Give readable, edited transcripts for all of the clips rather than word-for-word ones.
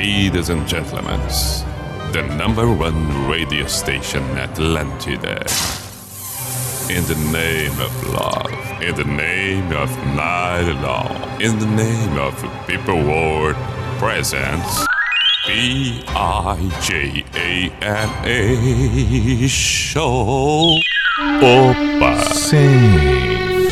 Ladies and gentlemen, the number one radio station Atlantida. In the name of love, in the name of night long, in the name of people world presents P-I-J-A-M-A Show. Opa! Sim.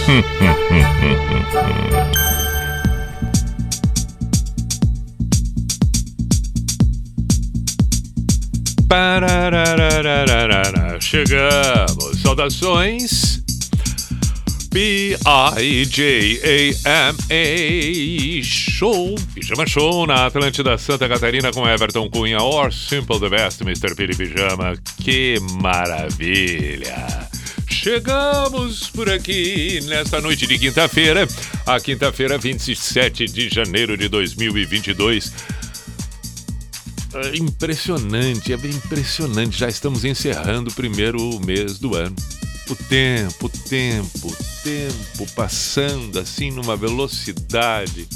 Chegamos, saudações. P-I-J-A-M-A Show, Pijama Show na Atlântida Santa Catarina com Everton Cunha, or Simple the Best, Mr. Piri Pijama. Que maravilha! Chegamos por aqui nesta noite de quinta-feira, a quinta-feira 27 de janeiro de 2022. Impressionante, é impressionante. Já estamos encerrando o primeiro mês do ano. O tempo passando assim numa velocidade.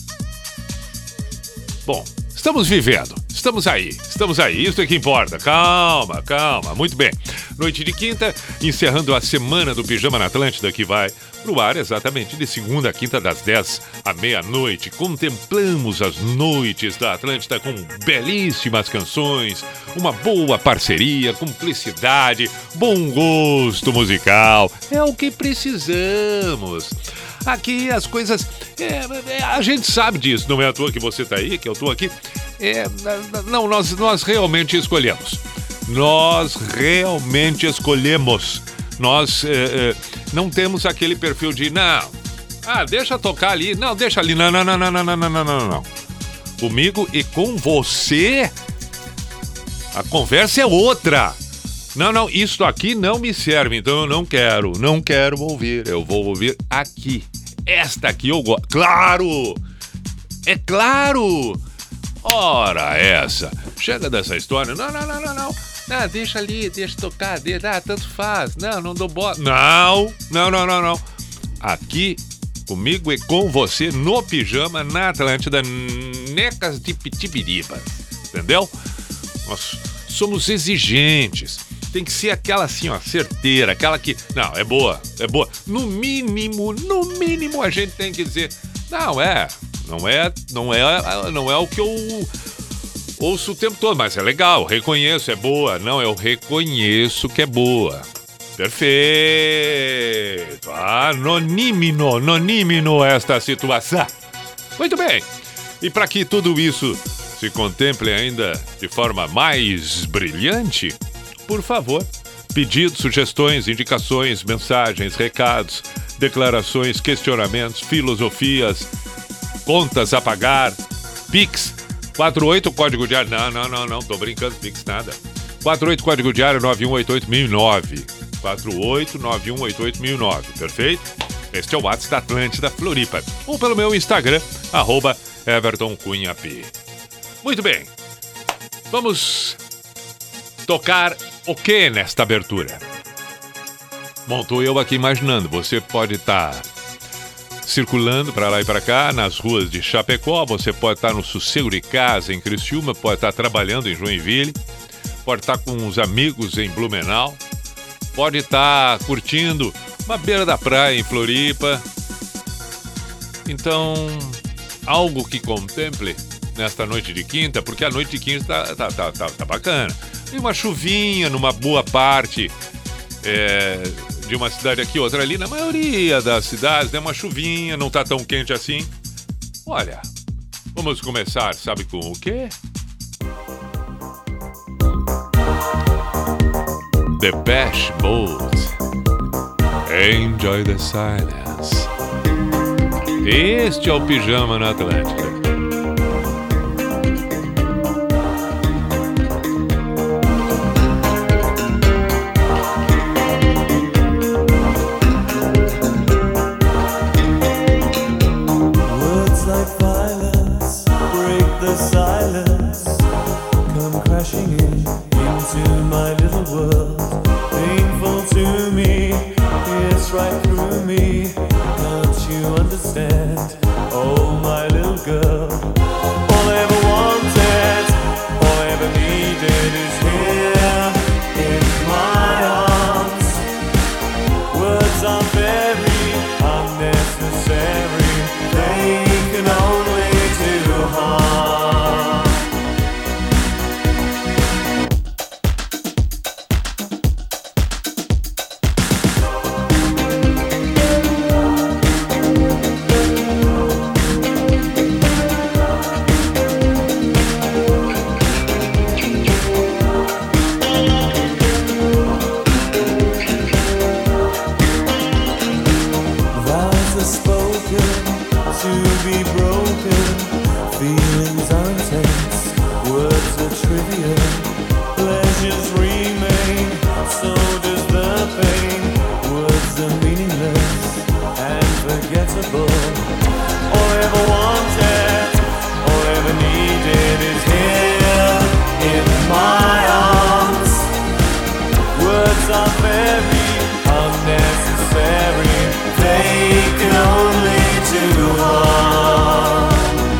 Bom, estamos vivendo, estamos aí, isso é que importa. Calma, muito bem. Noite de quinta, encerrando a semana do Pijama na Atlântida, que vai pro ar exatamente de segunda a quinta, das 10 à meia-noite. Contemplamos as noites da Atlântida com belíssimas canções, uma boa parceria, cumplicidade, bom gosto musical. É o que precisamos. Aqui as coisas... a gente sabe disso, não é à toa que você tá aí, que eu tô aqui. Não, nós realmente escolhemos. Nós não temos aquele perfil de deixa tocar ali, não, deixa ali, não. Comigo e com você a conversa é outra. Não, isso aqui não me serve, então eu não quero ouvir, eu vou ouvir aqui. Esta aqui eu gosto. Claro! É claro! Ora essa, chega dessa história, não. Deixa ali, deixa tocar, tanto faz. Não dou bola. Não. Aqui, comigo e com você, no Pijama, na Atlântida, necas de pitibiriba. Entendeu? Nós somos exigentes. Tem que ser aquela assim, ó, certeira, aquela que... Não, é boa. No mínimo, a gente tem que dizer... Não é o que eu... ouço o tempo todo, mas é legal, reconheço, é boa. Não, eu reconheço que é boa. Perfeito. Anonimino esta situação. Muito bem. E para que tudo isso se contemple ainda de forma mais brilhante, por favor, pedidos, sugestões, indicações, mensagens, recados, declarações, questionamentos, filosofias, contas a pagar, Pix, 48 código diário, não, tô brincando, Pix nada, 48 código diário 9188-1009, 489188-1009, perfeito? Este é o WhatsApp da Atlântida Floripa, ou pelo meu Instagram, @EvertonCunhaP. Muito bem, vamos tocar o que nesta abertura? Bom, tô eu aqui imaginando, você pode estar circulando para lá e para cá nas ruas de Chapecó, você pode estar no sossego de casa em Criciúma, pode estar trabalhando em Joinville, pode estar com os amigos em Blumenau, pode estar curtindo uma beira da praia em Floripa. Então, algo que contemple nesta noite de quinta, porque a noite de quinta tá bacana. E uma chuvinha numa boa parte de uma cidade aqui, outra ali. Na maioria das cidades, né, uma chuvinha, não tá tão quente assim. Olha, vamos começar, sabe com o quê? Depeche Mode. Enjoy the silence. Este é o Pijama na Atlântida. Right through me, don't you understand? Oh, my little girl, all I ever wanted Words are very unnecessary. They can only do harm.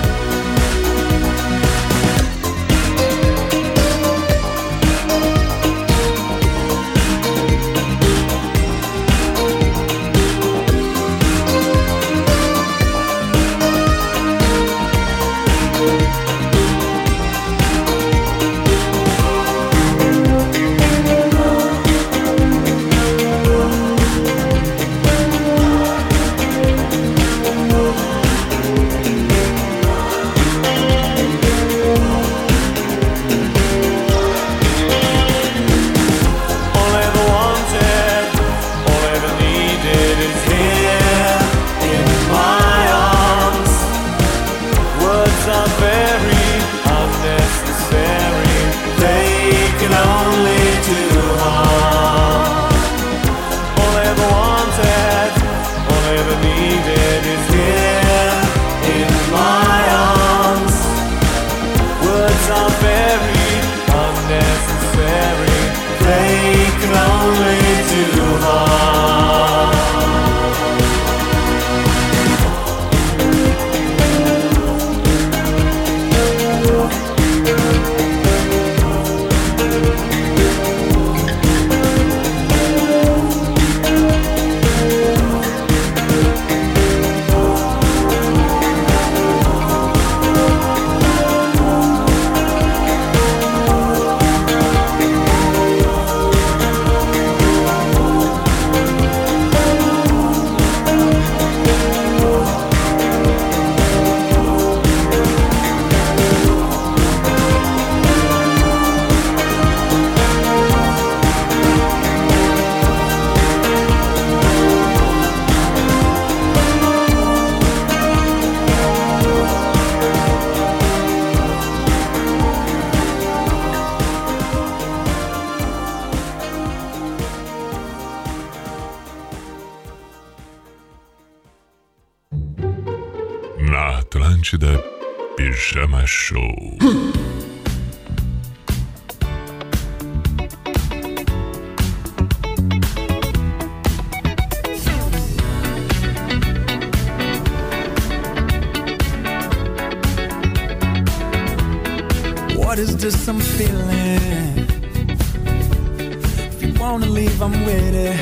Atlântida Pijama Show. What is this I'm feeling? If you wanna leave, I'm with it.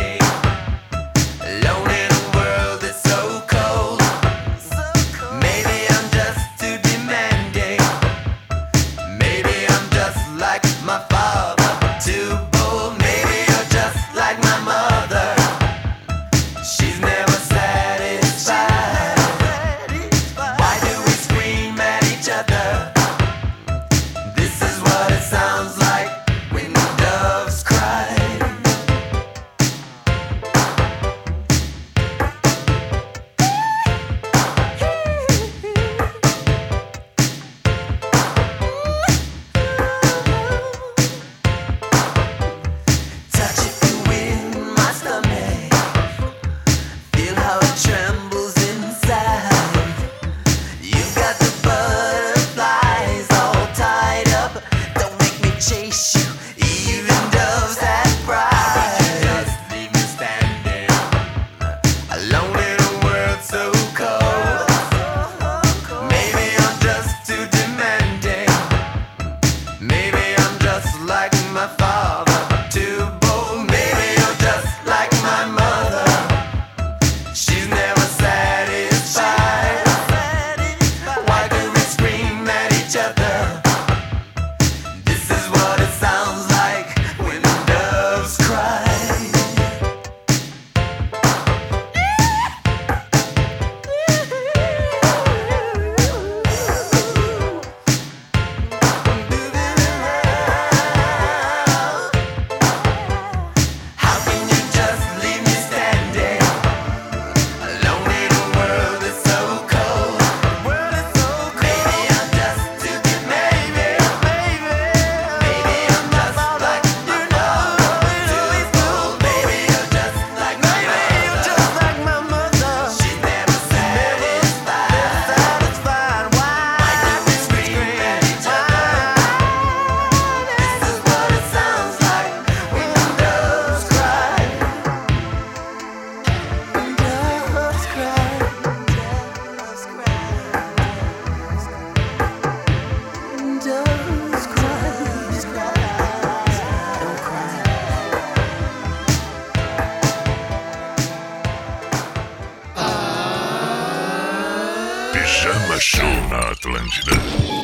Pijama Show na Atlântida.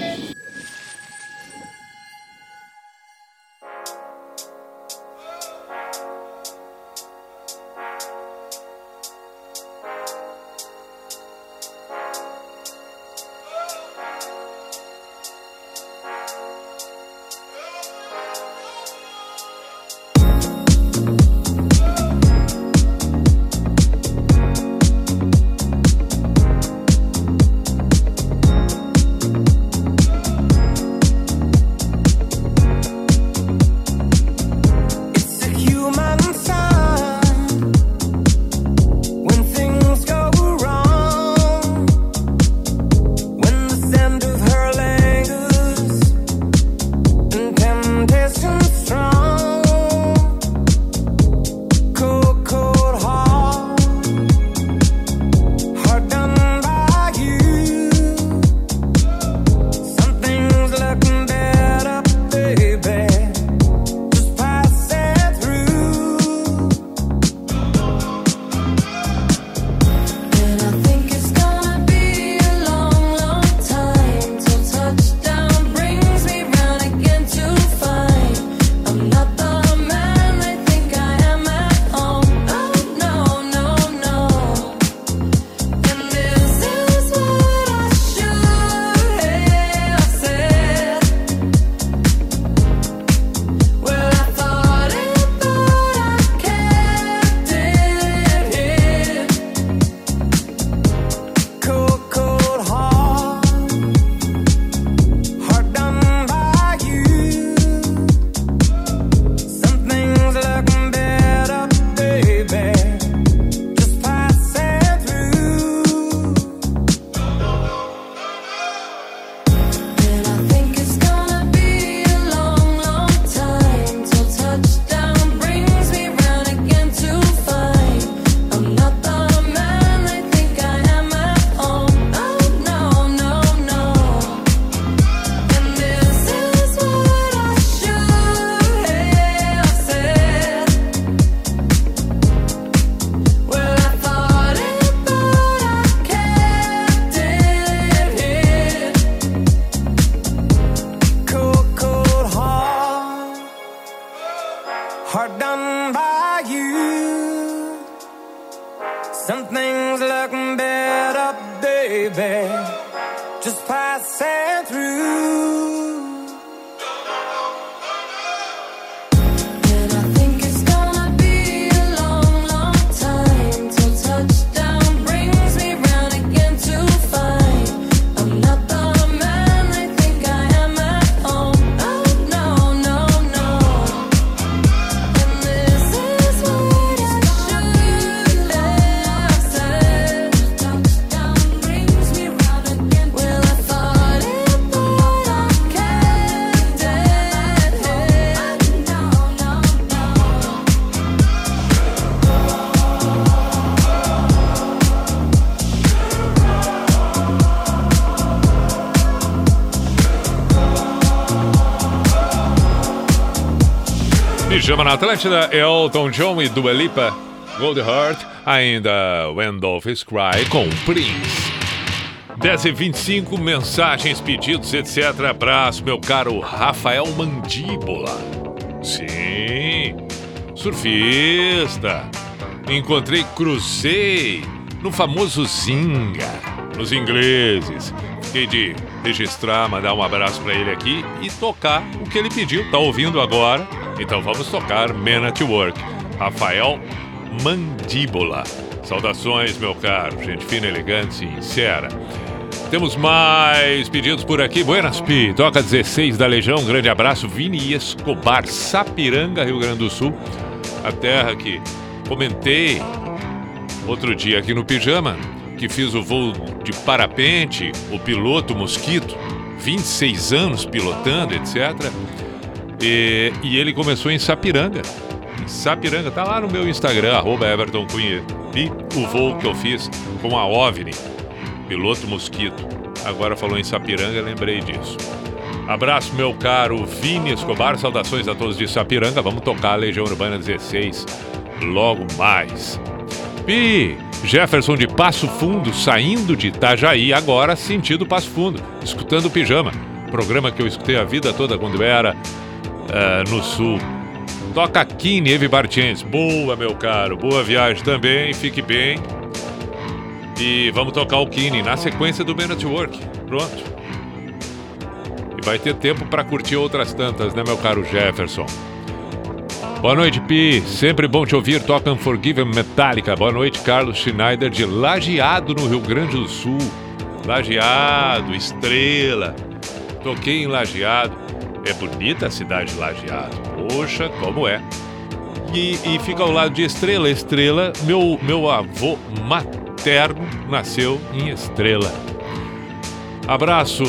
Pijama na Atlântida, Elton John e Dua Lipa, Gold Heart, ainda When Dolphins Cry com Prince. 10h25, mensagens, pedidos, etc. Abraço, meu caro Rafael Mandíbula. Sim, surfista. Cruzei no famoso Zinga, nos ingleses. Fiquei de registrar, mandar um abraço pra ele aqui e tocar o que ele pediu. Tá ouvindo agora? Então vamos tocar Men at Work. Rafael Mandíbula. Saudações, meu caro. Gente fina, elegante, sincera. Temos mais pedidos por aqui. Buenas Pi, toca 16 da Legião. Um grande abraço. Vini Escobar, Sapiranga, Rio Grande do Sul. A terra que comentei outro dia aqui no Pijama, que fiz o voo de parapente, o piloto Mosquito, 26 anos pilotando, etc. E ele começou em Sapiranga. Sapiranga, tá lá no meu Instagram, @EvertonCunha. E o voo que eu fiz com a OVNI, piloto Mosquito. Agora falou em Sapiranga, lembrei disso. Abraço, meu caro Vini Escobar, saudações a todos de Sapiranga. Vamos tocar a Legião Urbana 16 logo mais. Pi, Jefferson de Passo Fundo, saindo de Itajaí, agora sentido Passo Fundo, escutando o Pijama, programa que eu escutei a vida toda quando era no Sul. Toca Kine, Evi Bartiense. Boa, meu caro, boa viagem também, fique bem. E vamos tocar o Kine na sequência do Man at Work. Pronto. E vai ter tempo para curtir outras tantas, né, meu caro Jefferson? Boa noite, Pi. Sempre bom te ouvir. Toca Unforgiven Metallica. Boa noite, Carlos Schneider de Lajeado, no Rio Grande do Sul. Lajeado, Estrela. Toquei em Lajeado. É bonita a cidade de Lajeado. Poxa, como é. E fica ao lado de Estrela. Estrela, meu avô materno nasceu em Estrela. Abraço,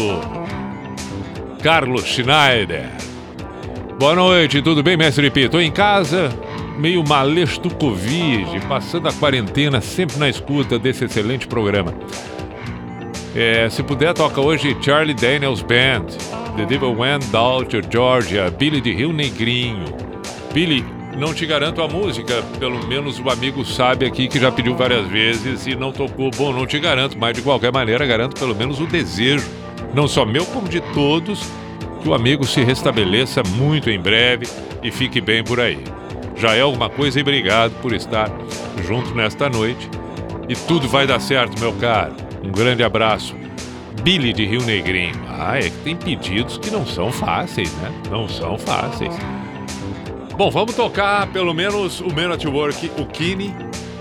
Carlos Schneider. Boa noite, tudo bem, mestre P? Tô em casa, meio maleixo do Covid, passando a quarentena, sempre na escuta desse excelente programa. Se puder, toca hoje Charlie Daniels Band, The Devil Went Down to Georgia, Billy de Rio Negrinho. Billy, não te garanto a música, pelo menos o amigo sabe aqui que já pediu várias vezes e não tocou. Bom, não te garanto, mas de qualquer maneira garanto pelo menos o desejo, não só meu como de todos, que o amigo se restabeleça muito em breve e fique bem por aí. Já é alguma coisa e obrigado por estar junto nesta noite. E tudo vai dar certo, meu caro. Um grande abraço. Billy de Rio Negrinho. É que tem pedidos que não são fáceis, né? Não são fáceis. Bom, vamos tocar pelo menos o Man at Work, o Kine.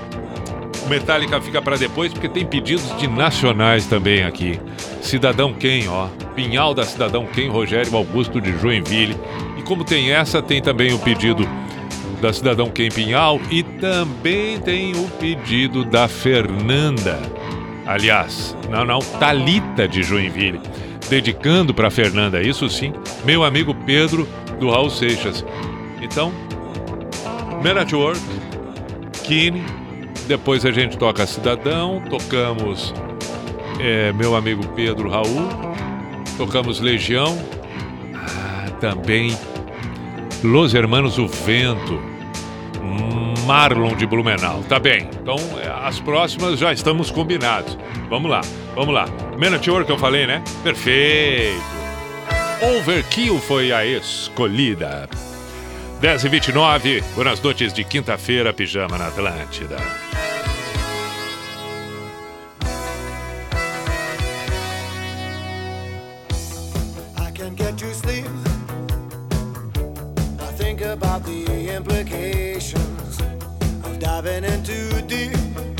O Metallica fica para depois, porque tem pedidos de nacionais também aqui. Cidadão Ken, ó. Pinhal da Cidadão Ken, Rogério Augusto de Joinville. E como tem essa, tem também o pedido da Cidadão Ken Pinhal e também tem o pedido da Fernanda. Aliás, Thalita de Joinville. Dedicando para Fernanda, isso sim, meu amigo Pedro do Raul Seixas. Então, Man at Work, Kine, depois a gente toca Cidadão, tocamos meu amigo Pedro Raul, tocamos Legião, também Los Hermanos o Vento, Marlon de Blumenau. Tá bem, então as próximas já estamos combinados. Vamos lá. Man at Work eu falei, né? Perfeito. Overkill foi a escolhida. 10h29, boas noites de quinta-feira, Pijama na Atlântida. I can't get to sleep. I think about the implications of diving in too deep,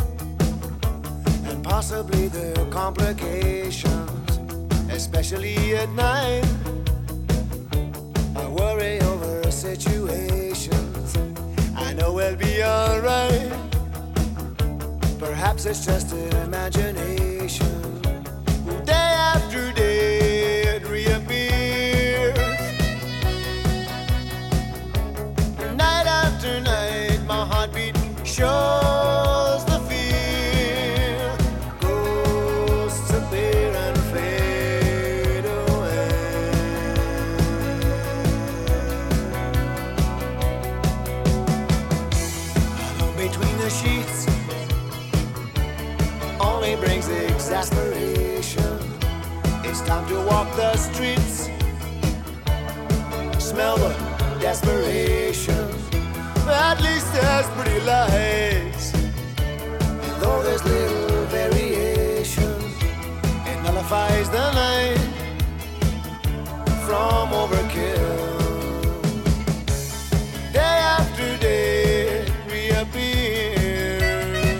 and possibly the complications, especially at night. I worry over situations. I know we'll be alright. Perhaps it's just imagination. Day after day it reappears. Night after night my heartbeat shows the fear. Ghosts appear and fade away. Alone between the sheets only brings exasperation. It's time to walk the streets, smell the desperation. At least there's pretty lights, and though there's little variation, it nullifies the night from overkill. Day after day it reappears.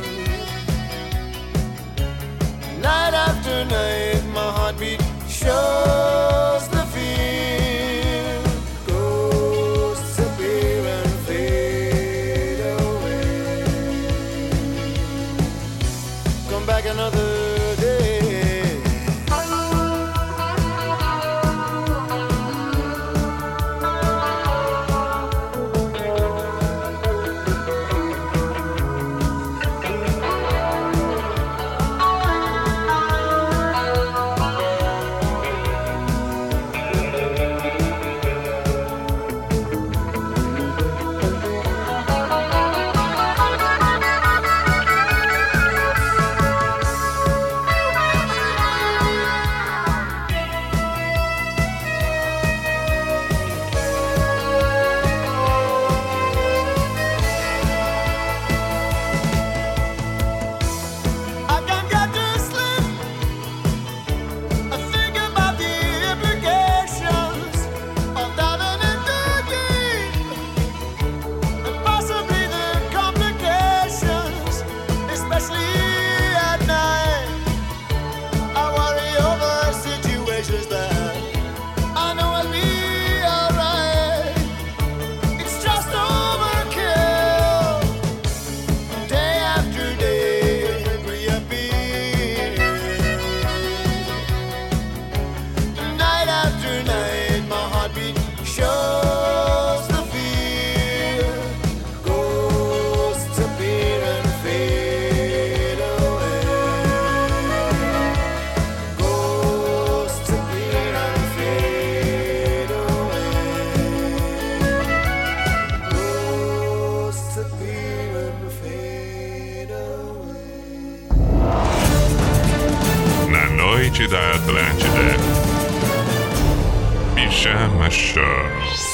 Night after night my heartbeat shows the fear. Ghosts appear and fade away. Come back another day. noite da Atlântida. Pijama Show.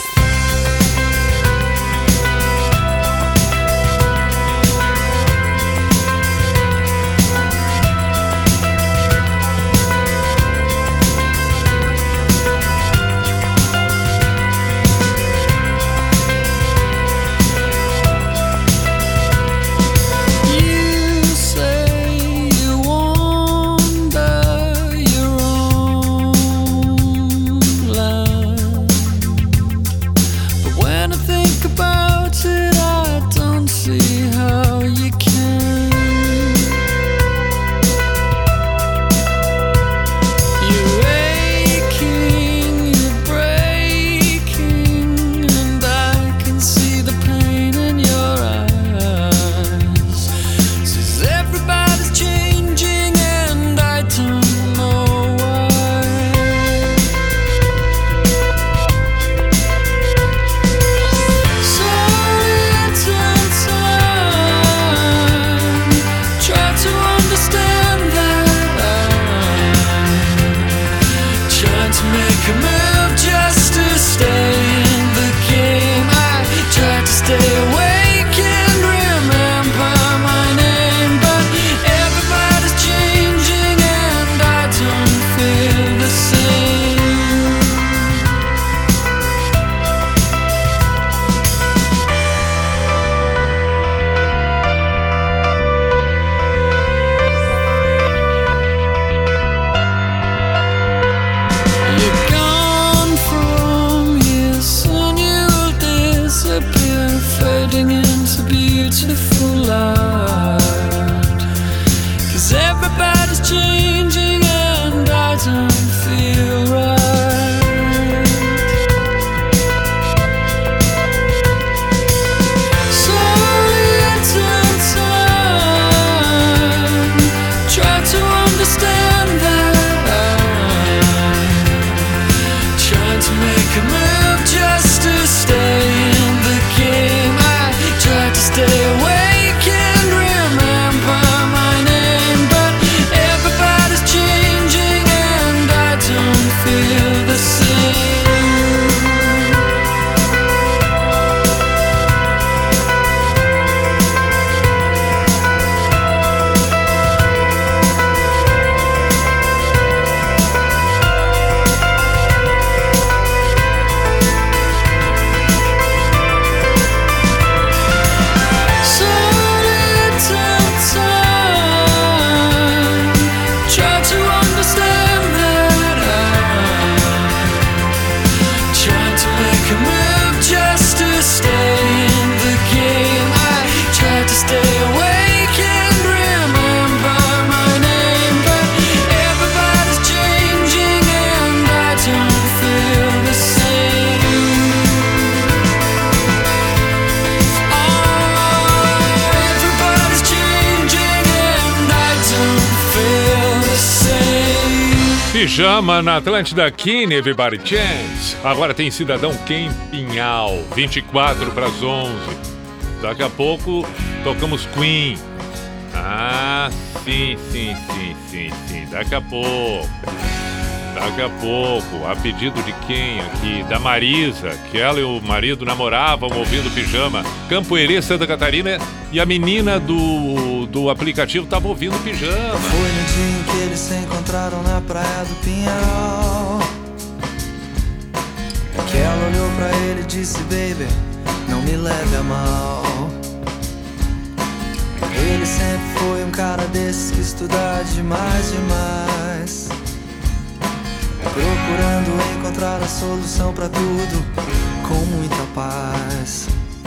Pijama na Atlântida Kine, Everybody Chance. Agora tem Cidadão Ken Pinhal, 24 para as 11. Daqui a pouco tocamos Queen. Ah, sim. Daqui a pouco. A pedido de quem aqui? Da Marisa, que ela e o marido namoravam ouvindo Pijama. Campo Herê, Santa Catarina, e a menina do aplicativo estava ouvindo Pijama. Foi no dia em que eles se encontraram na praia do Pinhal, que ela olhou pra ele e disse: baby, não me leve a mal. Ele sempre foi um cara desses que estuda demais, procurando encontrar a solução pra tudo com muita paz.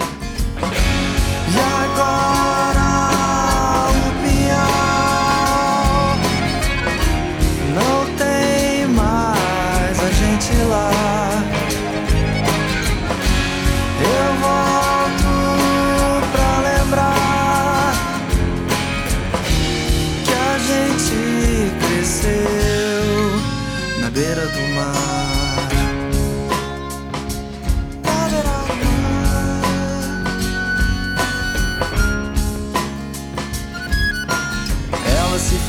E agora o Pinhal não tem mais a gente lá. Eu volto pra lembrar que a gente cresceu na beira do mar. Na beira do mar.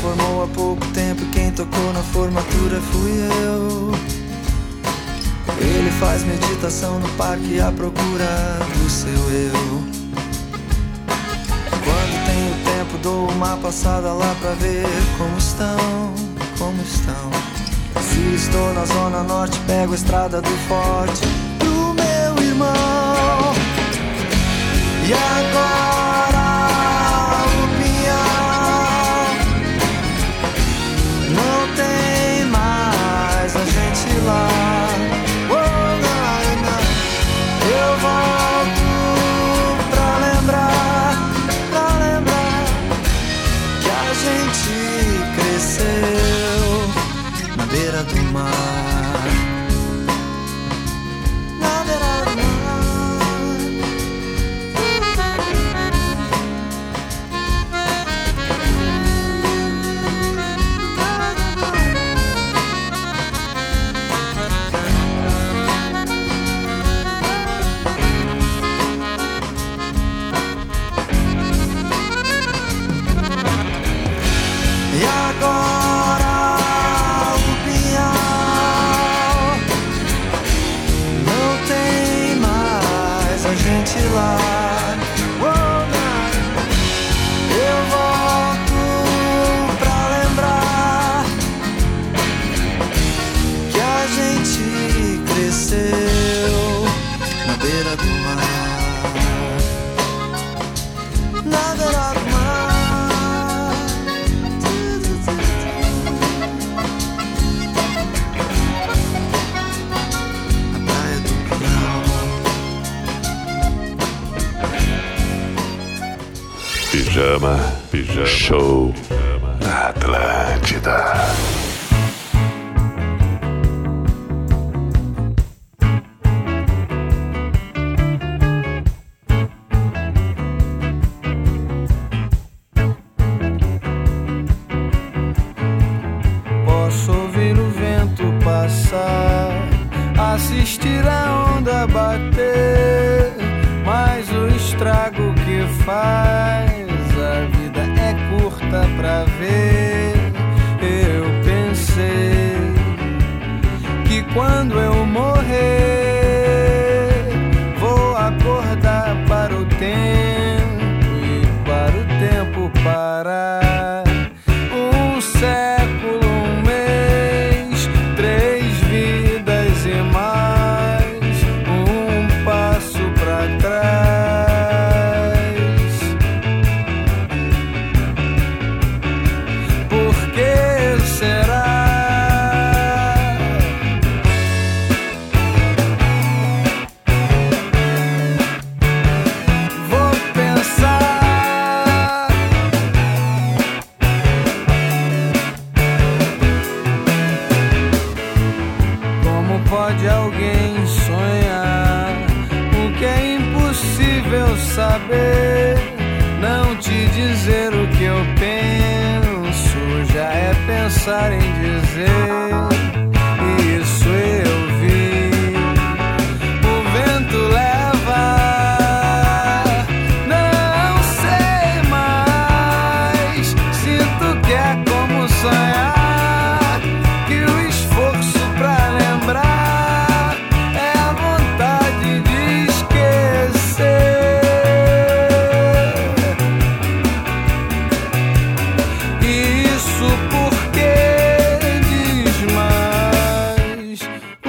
formou há pouco tempo e quem tocou na formatura fui eu. Ele faz meditação no parque à procura do seu eu. Quando tenho tempo dou uma passada lá pra ver como estão. Se estou na zona norte pego a estrada do forte pro meu irmão. E agora o pinhão não tem mais a gente lá. Eu volto pra lembrar que a gente cresceu na beira do mar. Na beira do mar. E agora o pinhal não tem mais a gente lá. Eu volto pra lembrar que a gente cresceu na beira do mar. Na beira do mar. Pijama Show na Atlântida. Posso ouvir o vento passar, assistir a onda bater, mas o estrago que faz a vida é curta pra ver. Eu pensei que quando eu morrer vou acordar para o tempo e para o tempo parar. Um século, um mês, 3 vidas e mais um passo pra trás. Por que será? Vou pensar. Como pode alguém sonhar o que é impossível saber? Não te dizer o que eu penso já é pensar em dizer. Isso eu vi. O vento leva, não sei mais. Sinto que é como sonhar, que o esforço pra lembrar é a vontade de esquecer. Isso porque diz mais.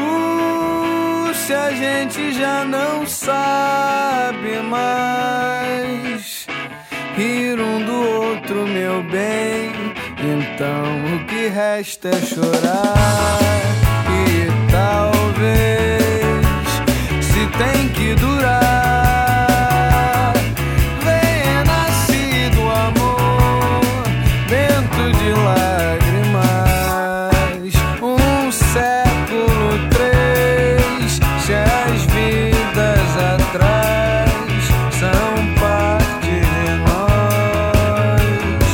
Se a gente já não sabe mais rir um do outro, meu bem, então o que resta é chorar. E talvez, se tem que durar, venha nascido o amor dentro de lágrimas. Um século, 3, se as vidas atrás são parte de nós.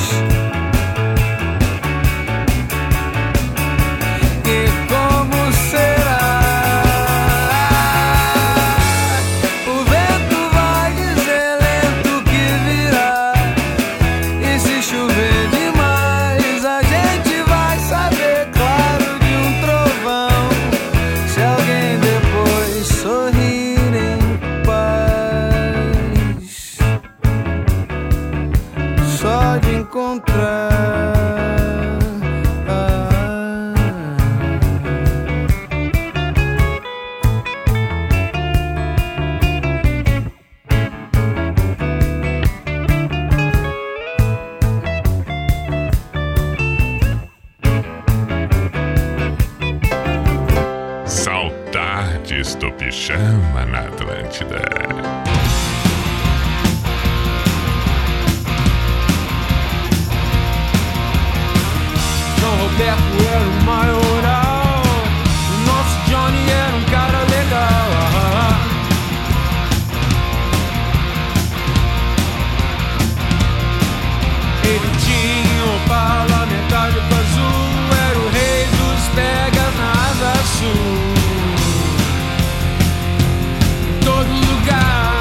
E como será? O vento pode encontrar. Saudades do Pijama na Atlântida. São Roberto era o maioral, o nosso Johnny era um cara legal. Ele tinha o parlamentar de azul, era o rei dos pegas na Asa Sul. Em todo lugar.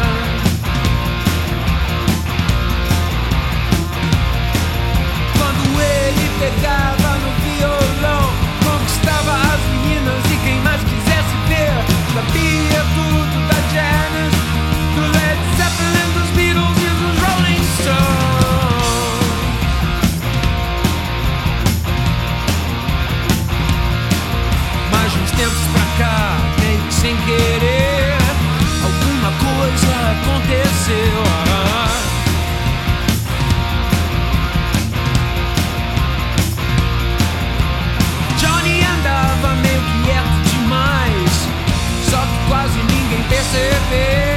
Quando ele pegava no violão, conquistava as meninas e quem mais quisesse ver. Sabia tudo da Janis, do Led Zeppelin, dos Beatles e dos Rolling Stones. Mas de uns tempos pra cá, meio que sem querer, alguma coisa aconteceu. Johnny andava meio quieto demais, só que quase ninguém percebeu.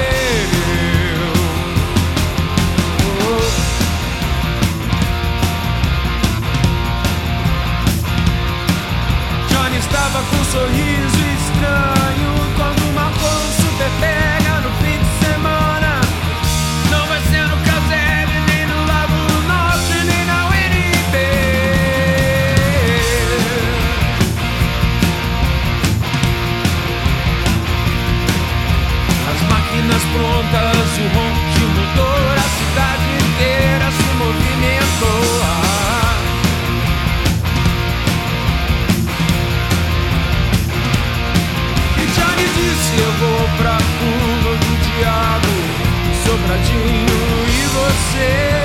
Johnny estava com um sorriso estranho quando marcou um super pega no fim de semana. Não vai ser no Caselli, nem no Lago Norte, nem na UNB. As máquinas prontas, o ronco de um motor, a cidade inteira se movimentou. E Johnny disse: eu vou pra curva do diabo, Sobradinho e você.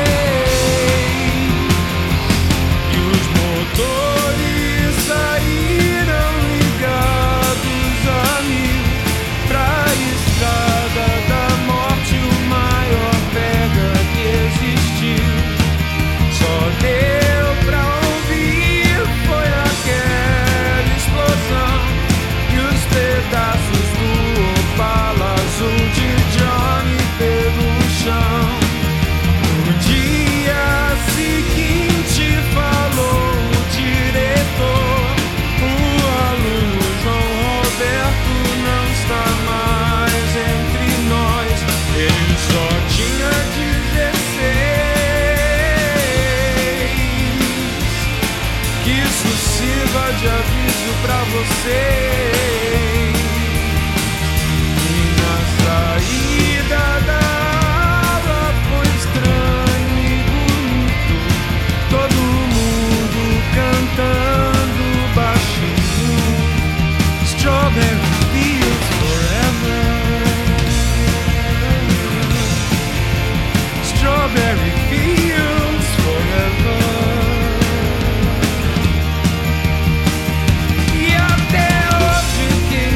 E os motores saíram ligados a mim pra estrada da morte, o maior pega que existiu. Só deu pra ouvir foi aquela explosão e os pedaços do Opala azul de Johnny pelo chão. No dia seguinte falou o diretor, o aluno João Roberto não está mais entre nós. Ele só tinha 16. Que isso sirva de aviso pra vocês. E na saída da aula foi estranho e bonito, todo mundo cantando baixinho. Strawberry Fields Forever. Strawberry Fields Forever. E até hoje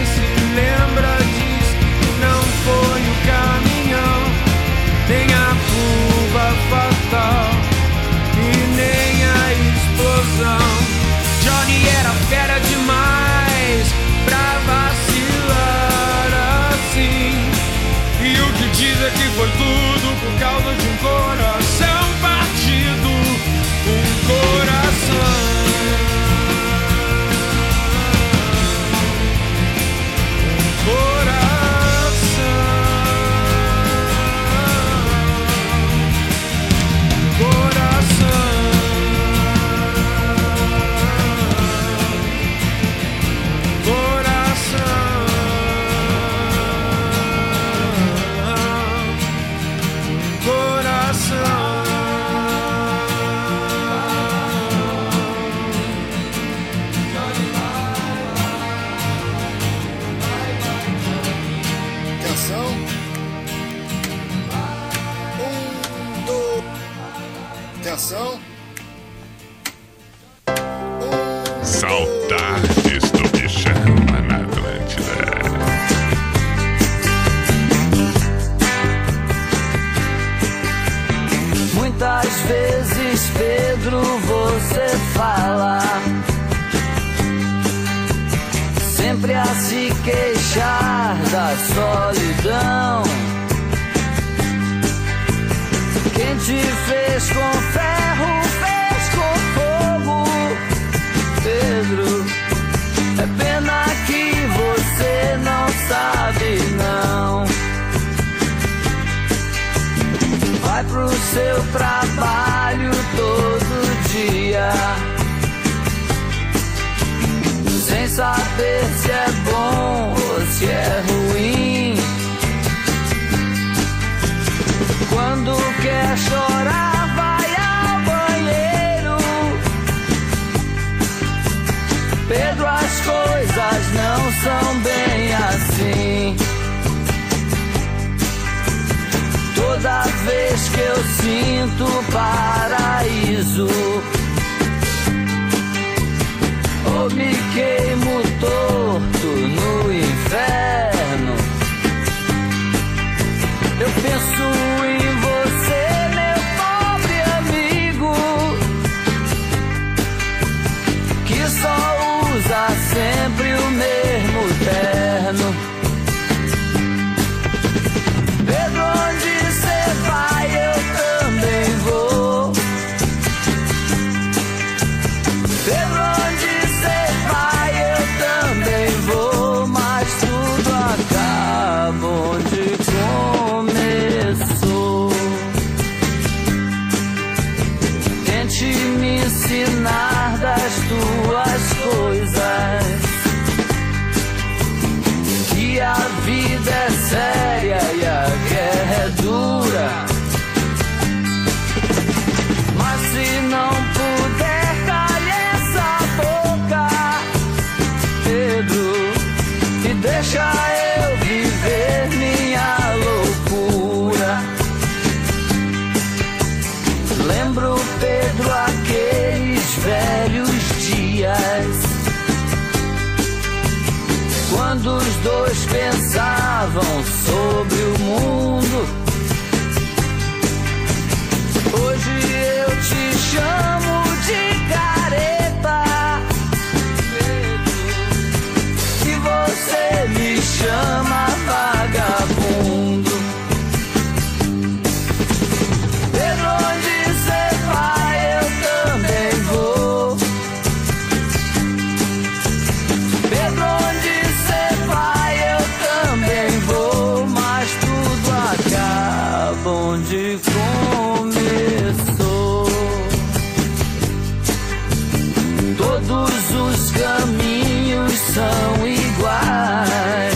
Atenção. Saudades do Pijama na Atlântida. Muitas vezes, Pedro, você fala, sempre a se queixar da solidão. Quem te fez com ferro, fez com fogo, Pedro. É pena que você não sabe, não. Vai pro seu trabalho todo dia, sem saber se é bom ou se é ruim. Quando quer chorar, vai ao banheiro. Pedro, as coisas não são bem assim. Toda vez que eu sinto paraíso, ou me queimo torto no inferno, eu penso em você, meu pobre amigo, que só usa sempre o mesmo terno. Pedro, onde cê vai, eu também vou. Pedro, onde cê vai, eu também vou. Mas tudo acaba onde começou. Tente me ensinar das tuas coisas, que a vida é séria e a guerra é dura. Mas se não puder, calhe essa boca, Pedro, e deixa eu viver minha loucura. Lembro, Pedro, aqueles velhos dias, quando os dois pensavam sobre o mundo. Hoje eu te chamo de careta, e você me chama vagabundo. Pedro, onde cê vai, eu também vou. Pedro, onde cê vai, eu também vou. Mas tudo acaba onde começou. Todos os caminhos são iguais.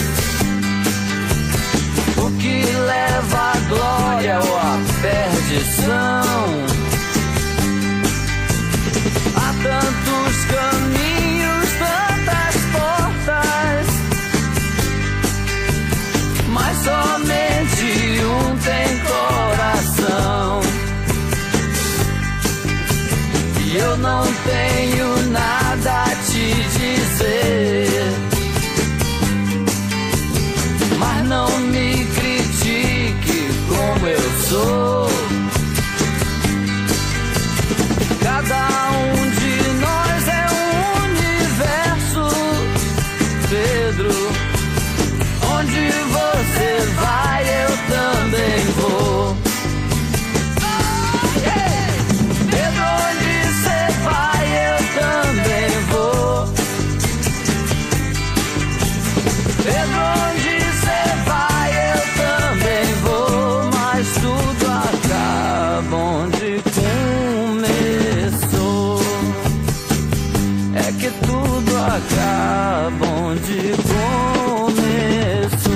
O que leva à glória ou à perdição? Há tantos caminhos, tantas portas, mas somente um tem coração. E eu não tenho nada a te dizer, mas não me critique como eu sou. Cada um de nós é um universo, Pedro. Onde você vai, eu também vou. Pedro, onde você vai, eu também vou. Pedro, onde você vai, eu também vou. Mas tudo acaba onde começou. É que tudo acaba onde começou.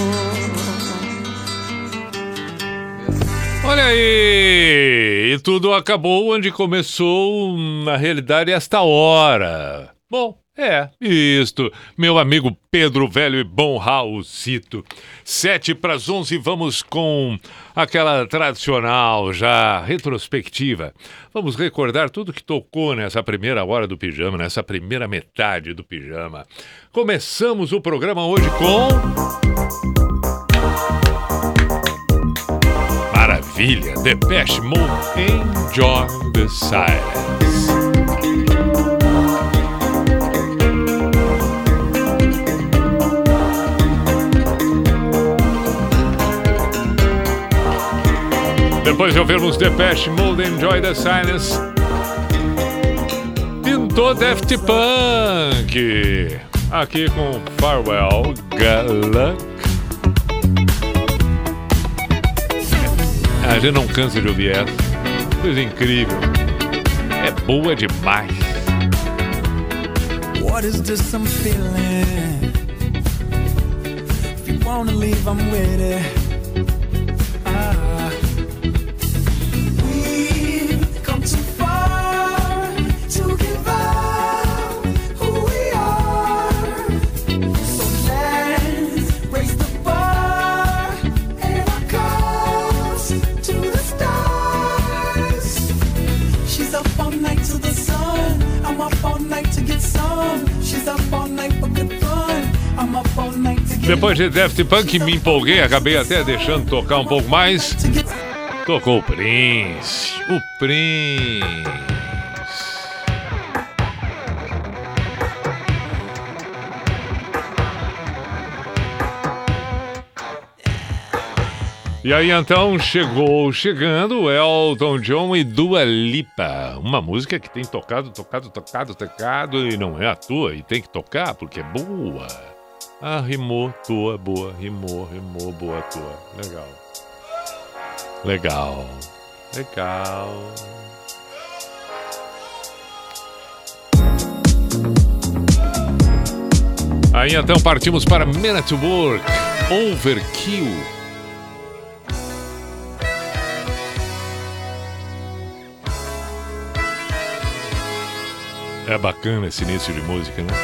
Olha aí! E tudo acabou onde começou, na realidade, esta hora. Bom, Isto, meu amigo Pedro Velho e bom Raulzito. 7:11, vamos com aquela tradicional, já retrospectiva. Vamos recordar tudo que tocou nessa primeira hora do pijama, nessa primeira metade do pijama. Começamos o programa hoje com... Maravilha, Depeche Mode, Enjoy the Silence. Depois de ouvirmos Depeche Mode, Enjoy the Silence, pintou Daft Punk, aqui com Farewell, Good Luck. A gente não cansa de ouvir essa, coisa incrível, é boa demais. What is this I'm feeling? If you wanna leave, I'm with it. Depois de Daft Punk me empolguei, acabei até deixando tocar um pouco mais. Tocou o Prince. O Prince. E aí então chegando o Elton John e Dua Lipa. Uma música que tem tocado e não é à toa. E tem que tocar porque é boa. Ah, rimou, toa, boa, rimou, boa, toa. Legal. Aí então partimos para Man at Work, Overkill. É bacana esse início de música, né?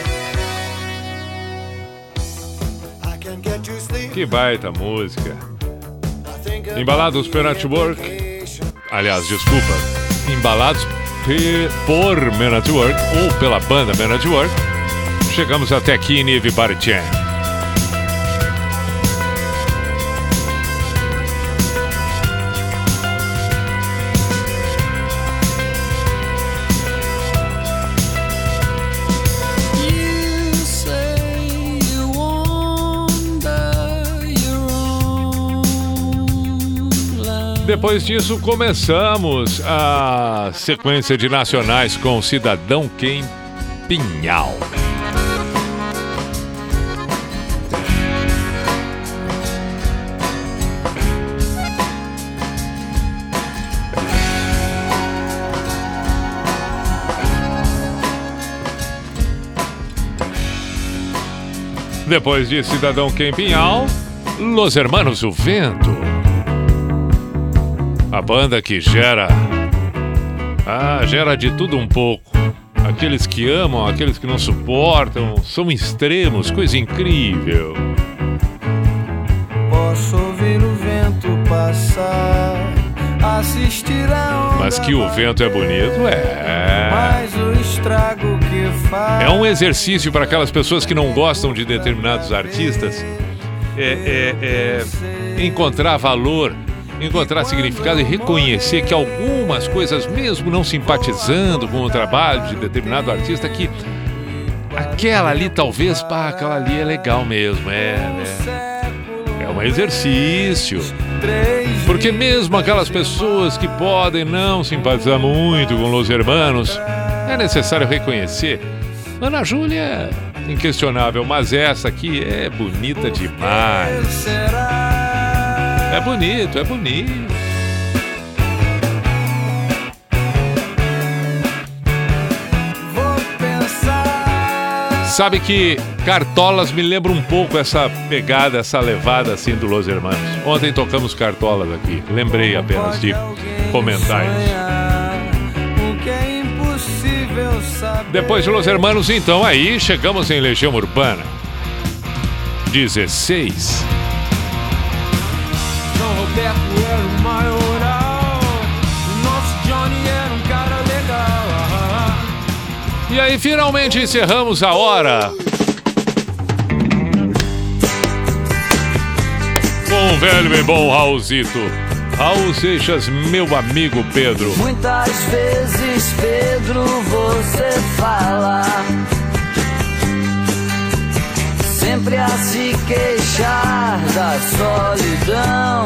Que baita música. Embalados por Man at Work. Aliás, desculpa. Embalados por Man at Work ou pela banda Man at Work. Chegamos até aqui em Everybody Jam. Depois disso, começamos a sequência de nacionais com Cidadão Ken Pinhal. Depois de Cidadão Ken Pinhal, Los Hermanos do Vento. A banda que gera de tudo um pouco. Aqueles que amam, aqueles que não suportam, são extremos, coisa incrível. Posso ouvir o vento passar, assistir a onda. Mas que o vento é bonito, Mas o estrago que faz. É um exercício para aquelas pessoas que não gostam de determinados artistas. Encontrar valor, encontrar significado e reconhecer que algumas coisas, mesmo não simpatizando com o trabalho de determinado artista, que aquela ali talvez, aquela ali é legal mesmo, é um exercício. Porque mesmo aquelas pessoas que podem não simpatizar muito com Los Hermanos, é necessário reconhecer. Ana Júlia, inquestionável, mas essa aqui é bonita demais. É bonito. Sabe que Cartolas me lembra um pouco essa pegada, essa levada assim do Los Hermanos. Ontem tocamos Cartolas aqui, lembrei apenas de comentar isso. O que é impossível Depois de Los Hermanos, então, aí chegamos em Legião Urbana. 16. João Roberto era o maioral, o nosso Johnny era um cara legal. E aí, finalmente encerramos a hora. Com o velho e bom Raulzito. Raul Seixas, meu amigo Pedro. Muitas vezes, Pedro, você fala, sempre a se queixar da solidão.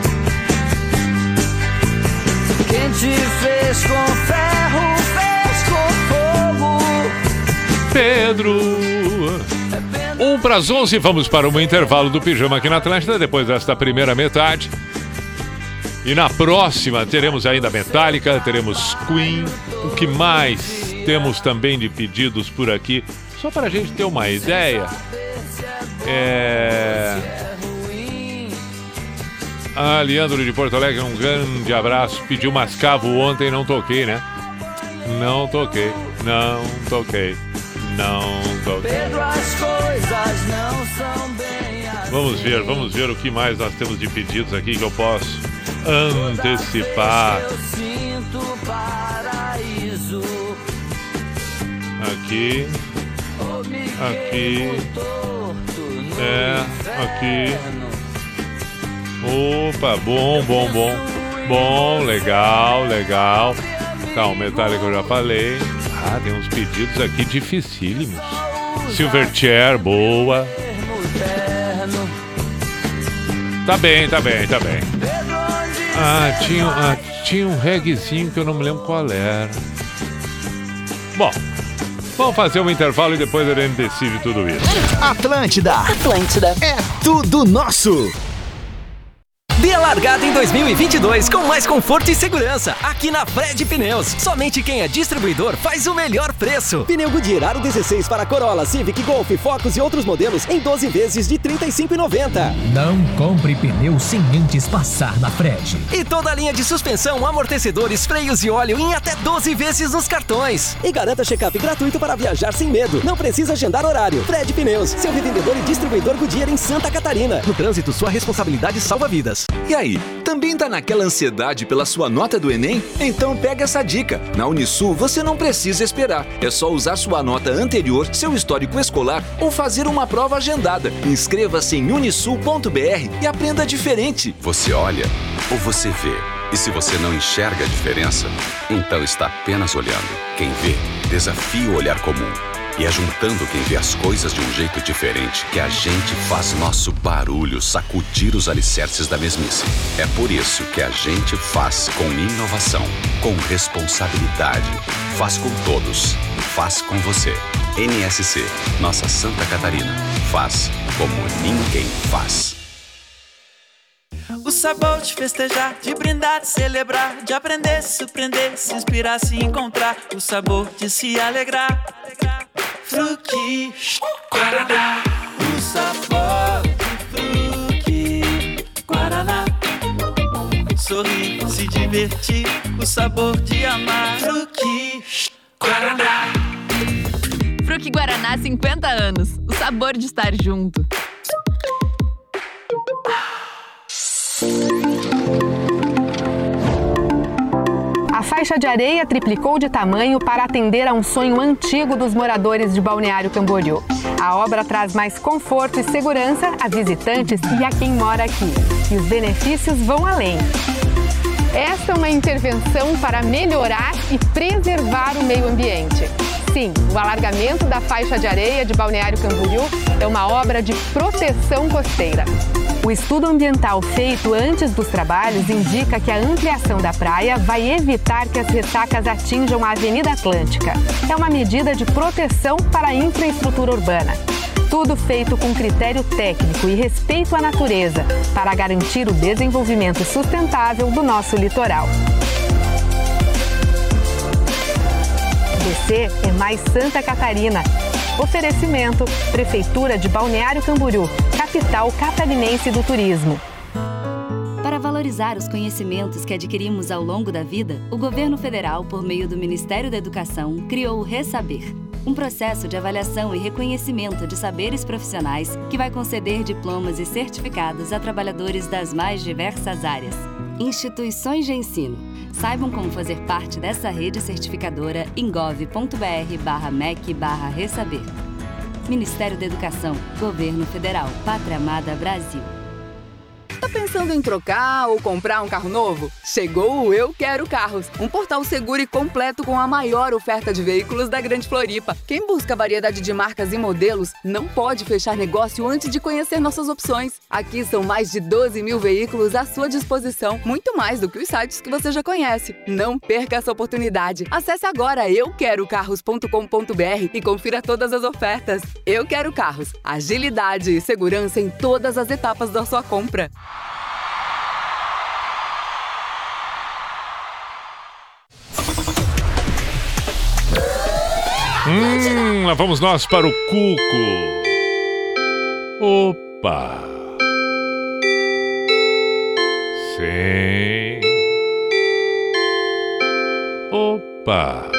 Quem te fez com ferro, fez com fogo. Pedro. 11:50, vamos para um intervalo do Pijama aqui na Atlântida, depois desta primeira metade. E na próxima teremos ainda Metallica, teremos Queen. O que mais temos também de pedidos por aqui? Só para a gente ter uma ideia. Leandro de Porto Alegre, um grande abraço. Pediu Mascavo ontem, não toquei, né? Não toquei. Pedro, as coisas não são bem assim. Vamos ver o que mais nós temos de pedidos aqui que eu posso antecipar. Eu sinto paraíso. Aqui. Opa, bom, legal. Tá, o Metallica eu já falei. Tem uns pedidos aqui dificílimos. Silverchair, boa. Tá bem. Tinha um reggaezinho que eu não me lembro qual era. Bom, vamos fazer um intervalo e depois a gente decide tudo isso. Atlântida é tudo nosso. Dê a largada em 2022 com mais conforto e segurança aqui na Fred Pneus. Somente quem é distribuidor faz o melhor preço. Pneu Goodyear Aro 16 para Corolla, Civic, Golf, Focus e outros modelos em 12 vezes de R$ 35,90. Não compre pneu sem antes passar na Fred. E toda a linha de suspensão, amortecedores, freios e óleo em até 12 vezes nos cartões. E garanta check-up gratuito para viajar sem medo. Não precisa agendar horário. Fred Pneus, seu revendedor e distribuidor Goodyear em Santa Catarina. No trânsito, sua responsabilidade salva vidas. E aí, também tá naquela ansiedade pela sua nota do Enem? Então pega essa dica. Na Unisul você não precisa esperar. É só usar sua nota anterior, seu histórico escolar ou fazer uma prova agendada. Inscreva-se em unisul.br e aprenda diferente. Você olha ou você vê? E se você não enxerga a diferença, então está apenas olhando. Quem vê, desafia o olhar comum. E é juntando quem vê as coisas de um jeito diferente que a gente faz nosso barulho sacudir os alicerces da mesmice. É por isso que a gente faz com inovação, com responsabilidade. Faz com todos. Faz com você. NSC, nossa Santa Catarina. Faz como ninguém faz. O sabor de festejar, de brindar, de celebrar, de aprender, se surpreender, se inspirar, se encontrar. O sabor de se alegrar. Fruque Guaraná. O sabor de Fruque Guaraná. Sorrir, se divertir, o sabor de amar. Fruque Guaraná. Fruque Guaraná, 50 anos. O sabor de estar junto. A faixa de areia triplicou de tamanho para atender a um sonho antigo dos moradores de Balneário Camboriú. A obra traz mais conforto e segurança a visitantes e a quem mora aqui. E os benefícios vão além. Esta é uma intervenção para melhorar e preservar o meio ambiente. Sim, o alargamento da faixa de areia de Balneário Camboriú é uma obra de proteção costeira. O estudo ambiental feito antes dos trabalhos indica que a ampliação da praia vai evitar que as ressacas atinjam a Avenida Atlântica. É uma medida de proteção para a infraestrutura urbana. Tudo feito com critério técnico e respeito à natureza, para garantir o desenvolvimento sustentável do nosso litoral. DC é mais Santa Catarina. Oferecimento: Prefeitura de Balneário Camboriú, capital catarinense do turismo. Para valorizar valorizar os conhecimentos que adquirimos ao longo da vida, o governo federal, por meio do Ministério da Educação, criou o Resaber, um processo de avaliação e reconhecimento de saberes profissionais que vai conceder diplomas e certificados a trabalhadores das mais diversas áreas. Instituições de ensino. Saibam como fazer parte dessa rede certificadora em gov.br/mec/resaber. Ministério da Educação, Governo Federal, Pátria Amada Brasil. Tá pensando em trocar ou comprar um carro novo? Chegou o Eu Quero Carros, um portal seguro e completo com a maior oferta de veículos da Grande Floripa. Quem busca variedade de marcas e modelos não pode fechar negócio antes de conhecer nossas opções. Aqui são mais de 12 mil veículos à sua disposição, muito mais do que os sites que você já conhece. Não perca essa oportunidade. Acesse agora euquerocarros.com.br e confira todas as ofertas. Eu Quero Carros, agilidade e segurança em todas as etapas da sua compra. Lá vamos nós para o Cuco. Opa! Sim. Opa!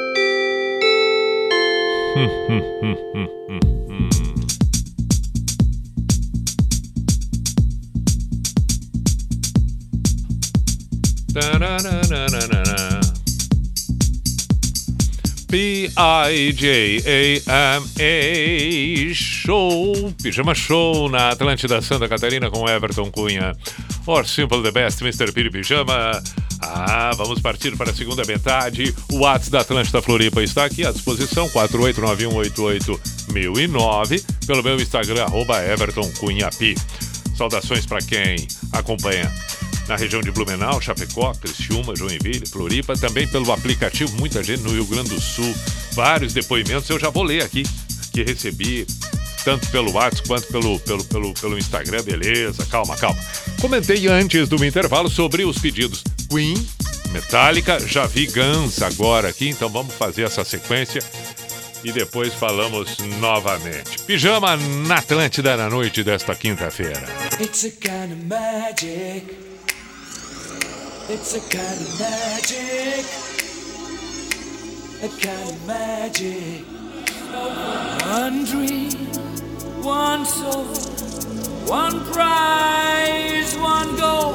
P-I-J-A-M-A Show, Pijama Show na Atlântida Santa Catarina com Everton Cunha. Or Simple the Best, Mr. Piri Pijama. Vamos partir para a segunda metade. O WhatsApp da Atlântida Floripa está aqui à disposição, 489188009, pelo meu Instagram, @EvertonCunhaPi. Saudações para quem acompanha na região de Blumenau, Chapecó, Criciúma, Joinville, Floripa, também pelo aplicativo, muita gente no Rio Grande do Sul, vários depoimentos, eu já vou ler aqui, que recebi tanto pelo WhatsApp quanto pelo Instagram, beleza, calma. Comentei antes do intervalo sobre os pedidos Queen, Metallica, já vi Guns agora aqui, então vamos fazer essa sequência e depois falamos novamente. Pijama na Atlântida na noite desta quinta-feira. It's a kind of magic. It's a kind of magic. A kind of magic. One dream, one soul, one prize, one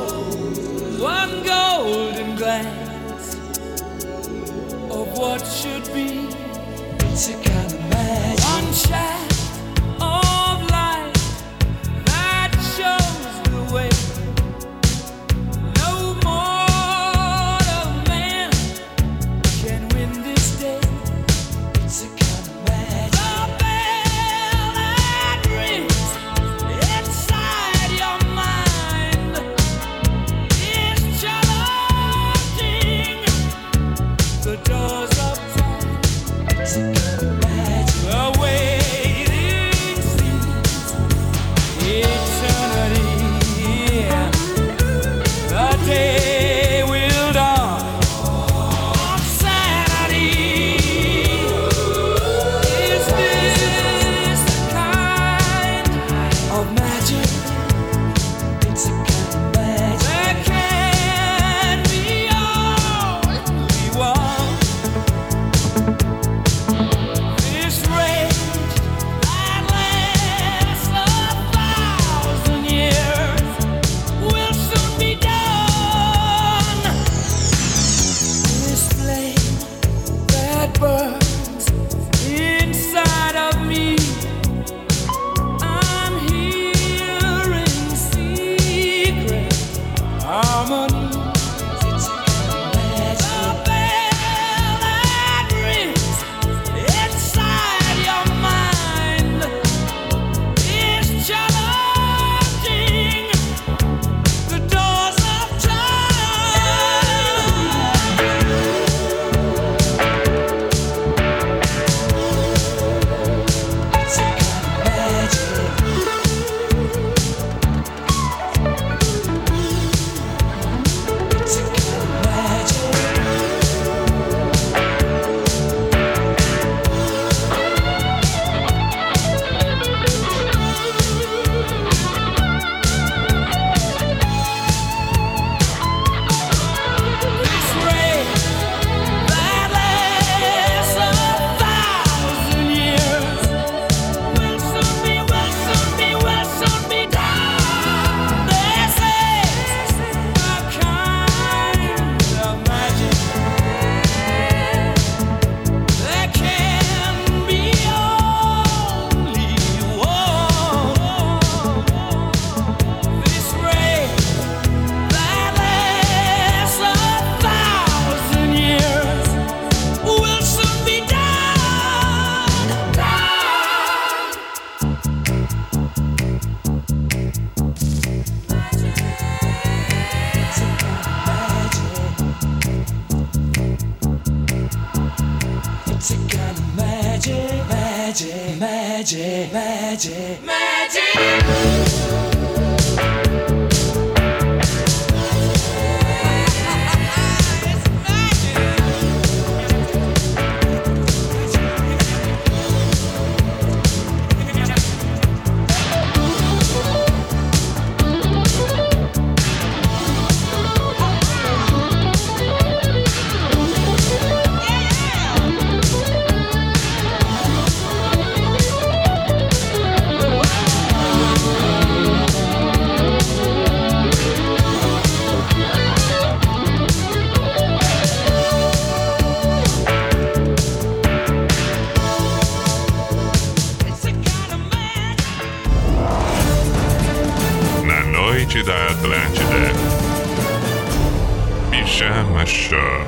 golden glance of what should be. It's a kind of magic. One shaft of light that shows the way. No mortal man can win this day. It's a kind of magic. The bell that rings inside your mind is challenging the doors of time. It's a kind of magic. The waiting seems eternity. The day will dawn on Saturday. Is this the kind of magic? It's a kind of magic. There can be all we want. Magic, magic, magic. Da Atlântida. Pijama Show.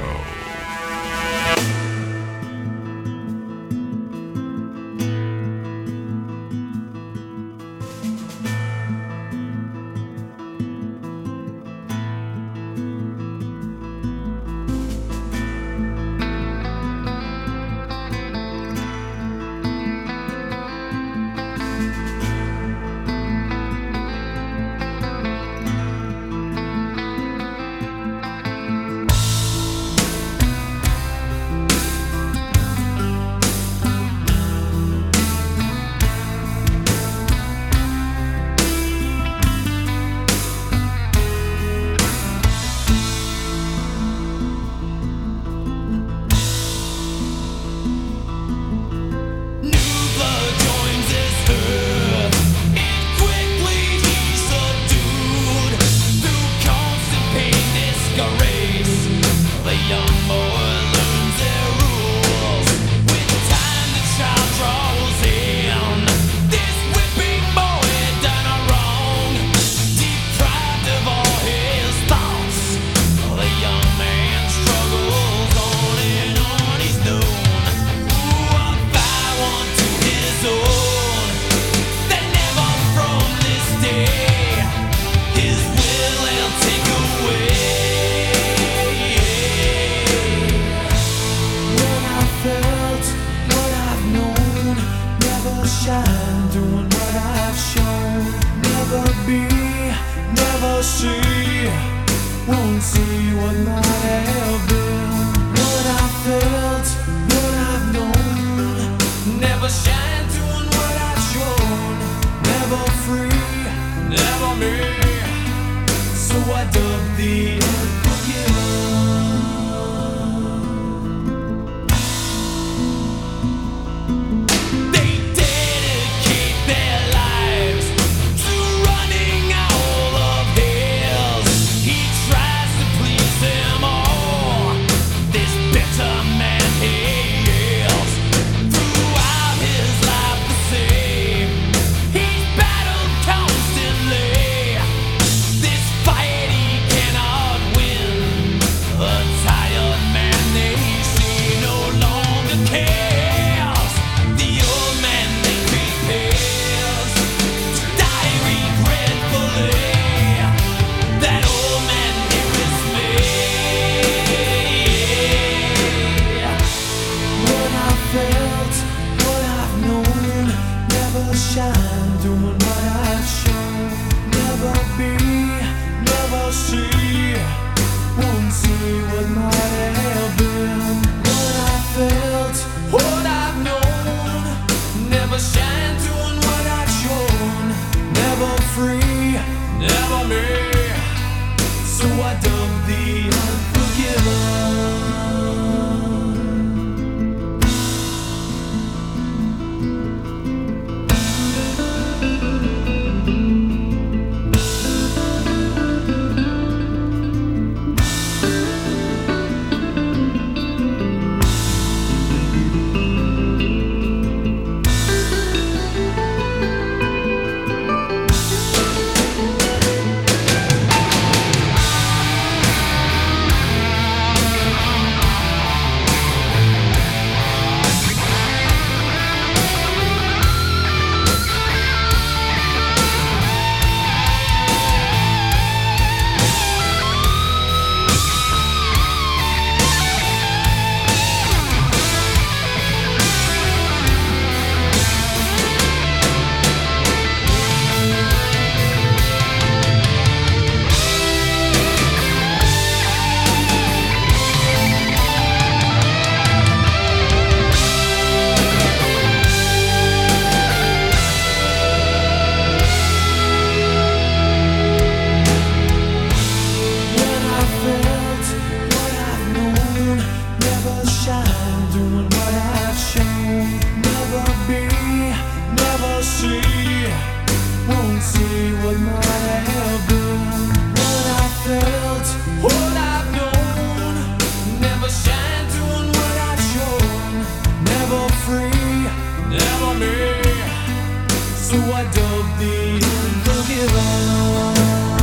shine, doing what I've shown. Never be, never see, won't see what might have been. What I felt, what I've known. Never shine, doing what I've shown. Never free, never me. So I dug the unforgiven.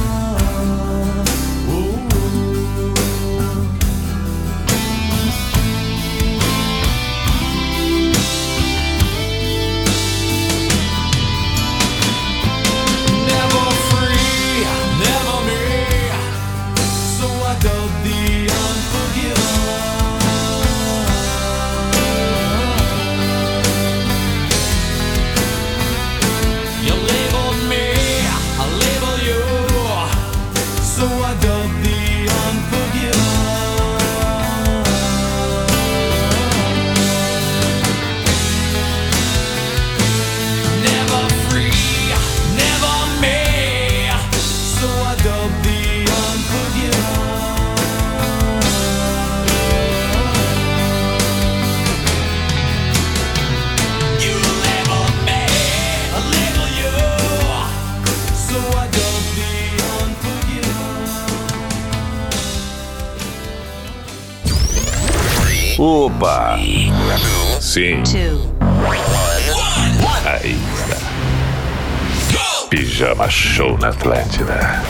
Opa! Sim. Aí está. Pijama Show na Atlântida.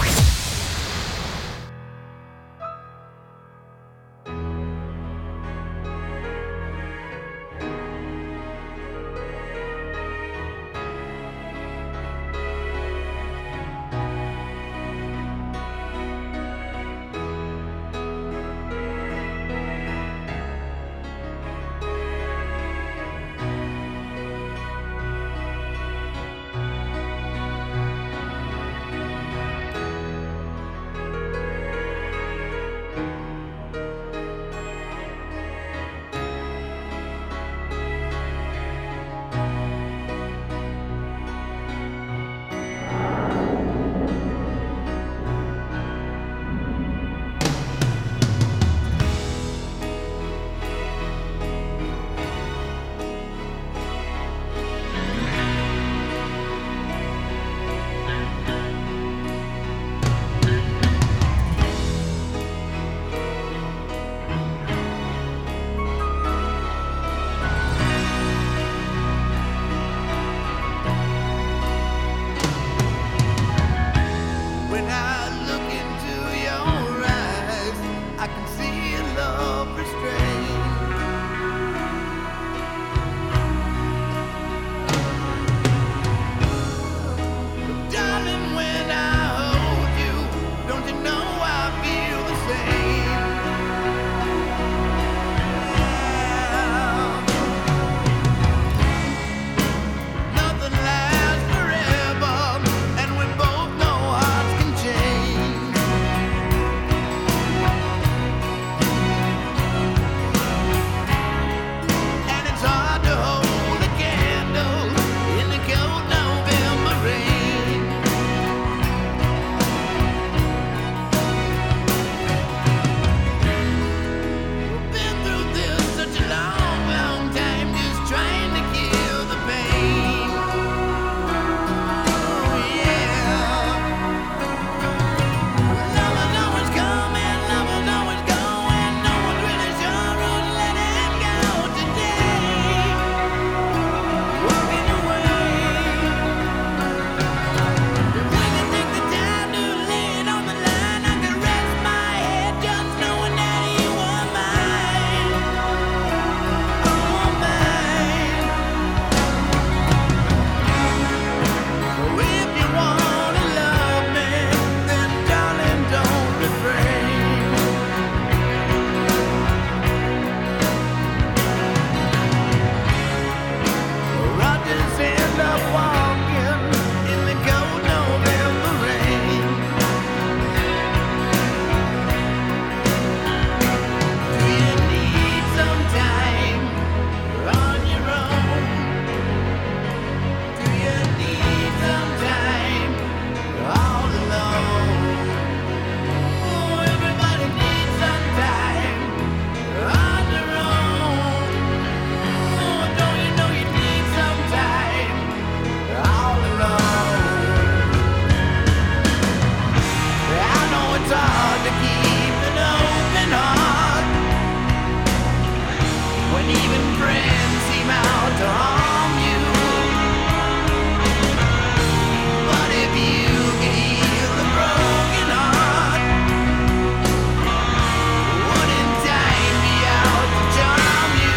and even friends seem out to harm you. But if you could heal a broken heart, wouldn't time be out to charm you?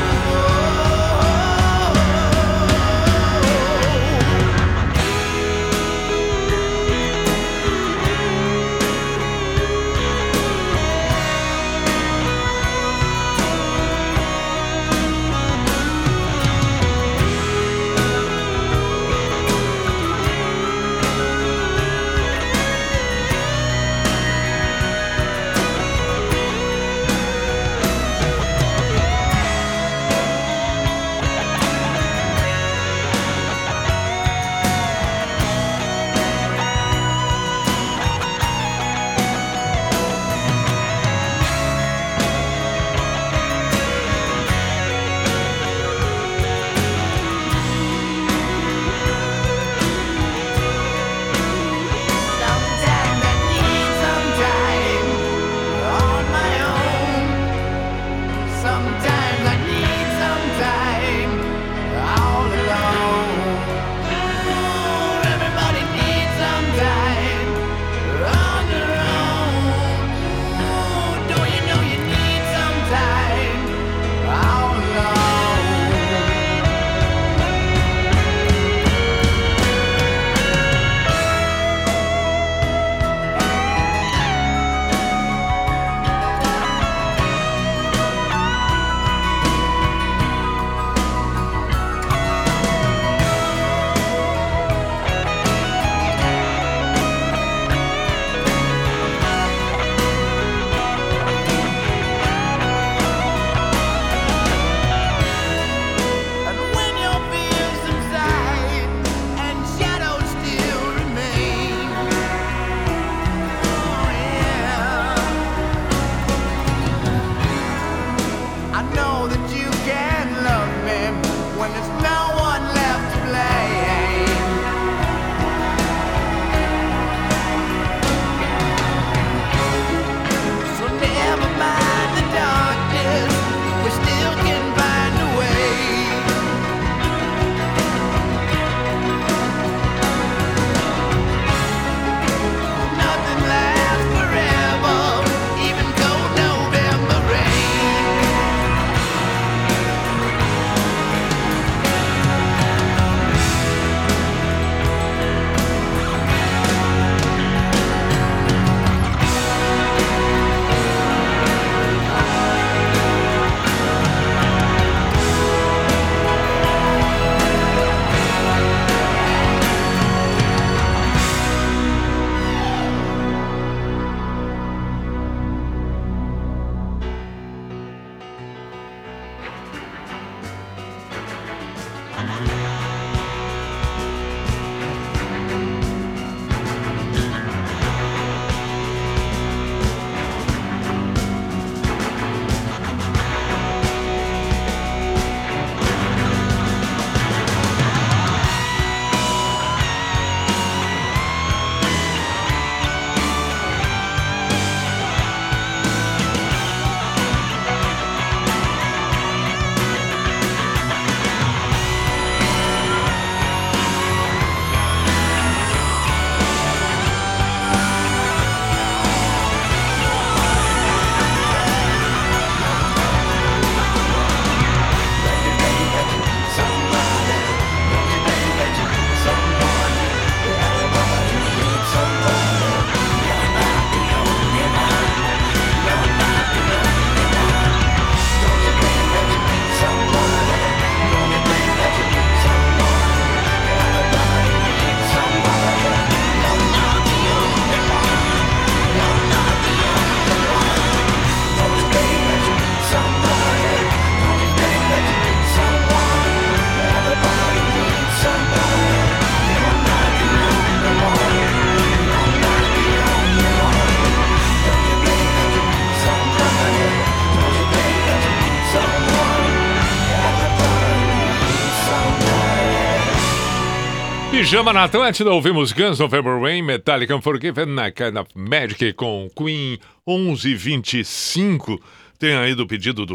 Pijama na Atlântida, ouvimos Guns November Rain, Metallica Unforgiven, na Kind of Magic com Queen 1125. Tem aí do pedido do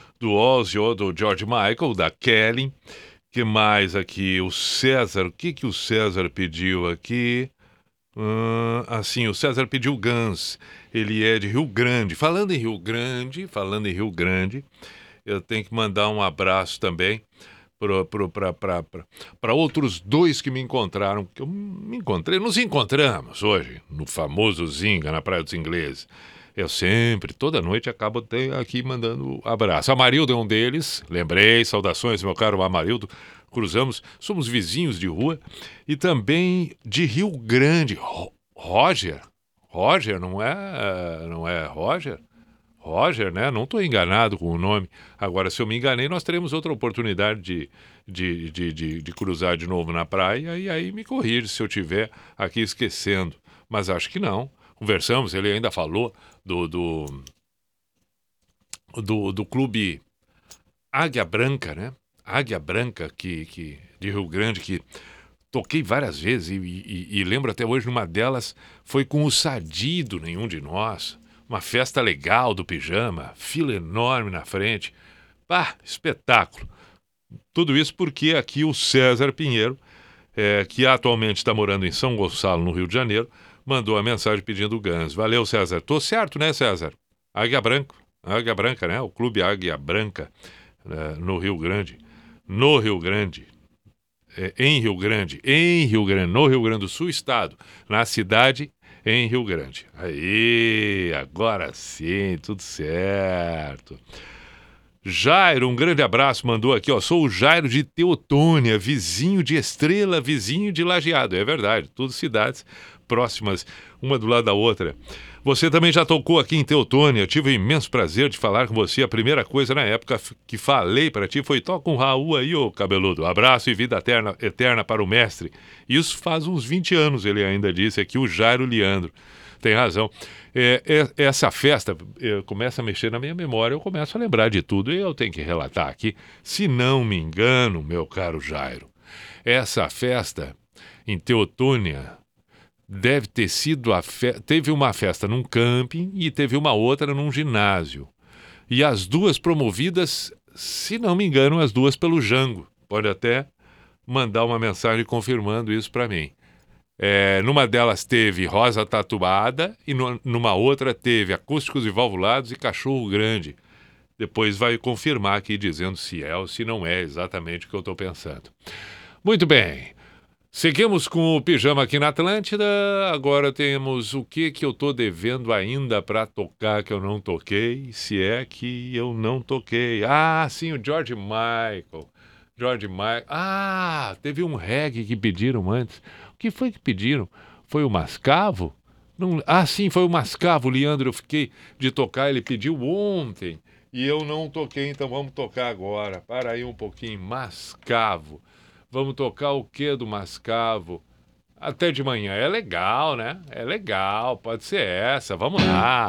do Ozzy ou do George Michael, da Kelly. Que mais aqui? O César, o que o César pediu aqui? Assim, o César pediu Guns. Ele é de Rio Grande. Falando em Rio Grande, eu tenho que mandar um abraço também para outros dois que me encontraram, que eu me encontrei, nos encontramos hoje, no famoso Zinga, na Praia dos Ingleses. Eu sempre, toda noite, acabo aqui mandando abraço. Amarildo é um deles, lembrei, saudações, meu caro Amarildo. Cruzamos, somos vizinhos de rua. E também de Rio Grande, Roger, não é Roger? Roger, né? Não estou enganado com o nome. Agora, se eu me enganei, nós teremos outra oportunidade de cruzar de novo na praia. E aí me corrige se eu estiver aqui esquecendo. Mas acho que não. Conversamos, ele ainda falou do clube Águia Branca, né? Águia Branca, que de Rio Grande, que toquei várias vezes e lembro até hoje, numa delas foi com o Sadi do Nenhum de Nós. Uma festa legal do Pijama, fila enorme na frente. Pá, espetáculo. Tudo isso porque aqui o César Pinheiro, que atualmente está morando em São Gonçalo, no Rio de Janeiro, mandou a mensagem pedindo Guns. Valeu, César. Tô certo, né, César? Águia Branca, né? O clube Águia Branca, no Rio Grande. No Rio Grande. Em Rio Grande, no Rio Grande do Sul, estado. Na cidade, em Rio Grande. Aí, agora sim, tudo certo. Jairo, um grande abraço, mandou aqui, ó. Sou o Jairo de Teotônia, vizinho de Estrela, vizinho de Lajeado. É verdade, tudo cidades próximas, uma do lado da outra. Você também já tocou aqui em Teotônia. Tive o imenso prazer de falar com você. A primeira coisa na época que falei para ti foi: toca um Raul aí, ô cabeludo. Abraço e vida eterna para o mestre. Isso faz uns 20 anos, ele ainda disse aqui, o Jairo Leandro. Tem razão. Essa festa começa a mexer na minha memória, eu começo a lembrar de tudo e eu tenho que relatar aqui. Se não me engano, meu caro Jairo, essa festa em Teotônia deve ter sido teve uma festa num camping e teve uma outra num ginásio. E as duas promovidas, se não me engano, as duas pelo Jango. Pode até mandar uma mensagem confirmando isso para mim. Numa delas teve Rosa Tatuada e numa outra teve Acústicos e Valvulados e Cachorro Grande. Depois vai confirmar aqui dizendo se é ou se não é exatamente o que eu estou pensando. Muito bem. Seguimos com o Pijama aqui na Atlântida. Agora temos o que eu estou devendo ainda para tocar que eu não toquei, se é que eu não toquei. Ah, sim, o George Michael. Ah, teve um reggae que pediram antes. O que foi que pediram? Foi o Mascavo? Não... Ah, sim, foi o Mascavo, Leandro. Eu fiquei de tocar, ele pediu ontem e eu não toquei, então vamos tocar agora. Para aí um pouquinho, Mascavo. Vamos tocar o que do Mascavo? Até de manhã. É legal, né? É legal, pode ser essa. Vamos lá.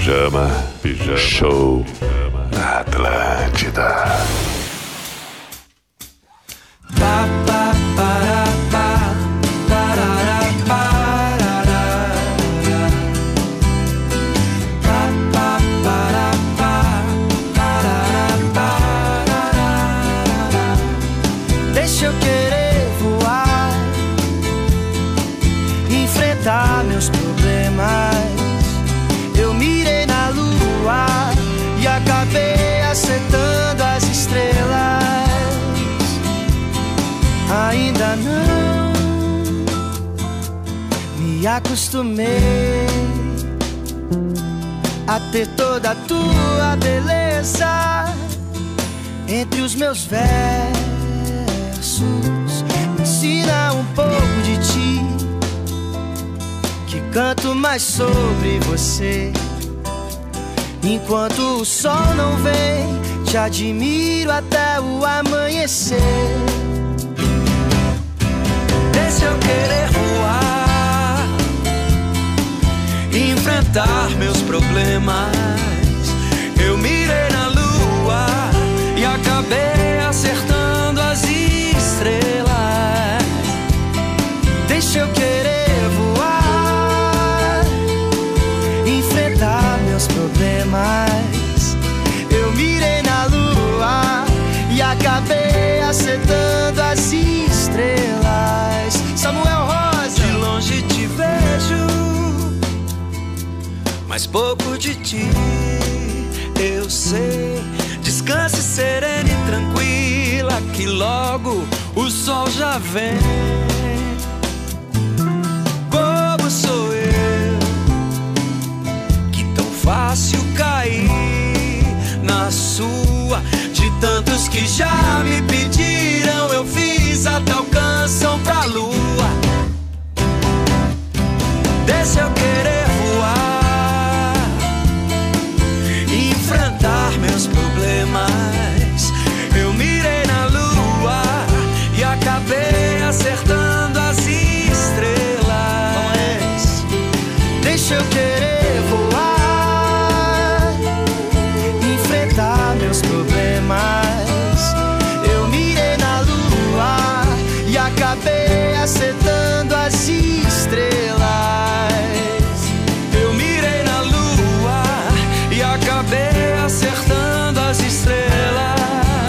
Pijama Show na Atlântida. Deixa eu querer voar, enfrentar meus problemas. Eu mirei na lua e acabei acertando as estrelas. Ainda não me acostumei a ter toda a tua beleza entre os meus versos. Me ensina um pouco de ti, que canto mais sobre você. Enquanto o sol não vem, te admiro até o amanhecer. Deixa eu querer voar, enfrentar meus problemas. Eu mirei na lua e acabei acertando as estrelas. Deixa eu querer voar, enfrentar meus problemas. Eu mirei na lua e acabei acertando as estrelas. Samuel Rosa, de longe te vejo, mas pouco de ti eu sei. Descanse serena e tranquila, que logo o sol já vem. Bobo sou eu, que tão fácil cair na sua. De tantos que já me pediram, eu fiz até o canção pra lua. Deixa eu querer voar, enfrentar meus problemas. Eu mirei na lua e acabei acertando as estrelas. Deixa eu querer voar, enfrentar meus problemas. Eu mirei na lua e acabei acertando as estrelas. Eu mirei na lua e acabei acertando as estrelas.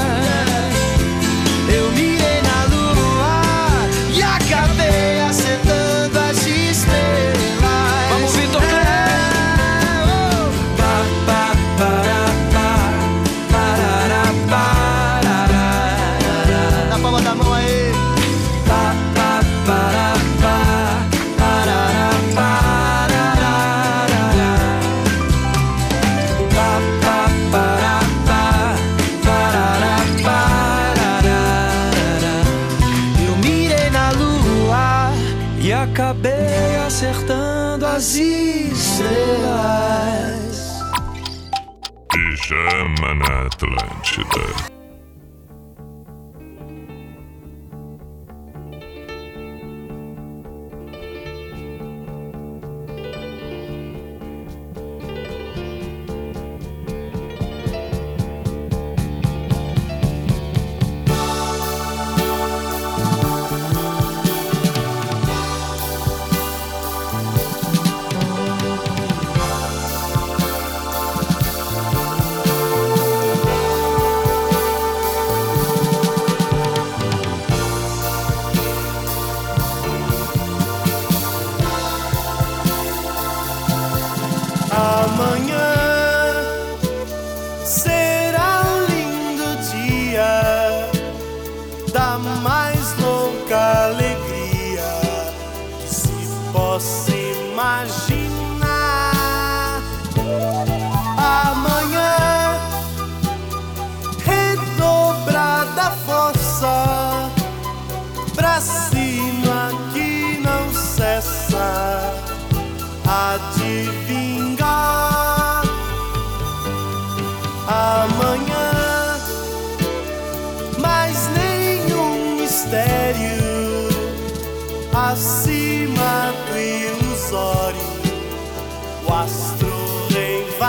Eu mirei na lua e acabei acertando as estrelas. Vamos, Vitor Cleber! Pa, pa, para, pa, parará, parará. Na palma da mão aí. Pa, pa, para, pa, parará, parará. Pa, pa, para, pa, parará, parará. Eu mirei na lua e acabei acertando as estrelas. Pijama na Atlântida.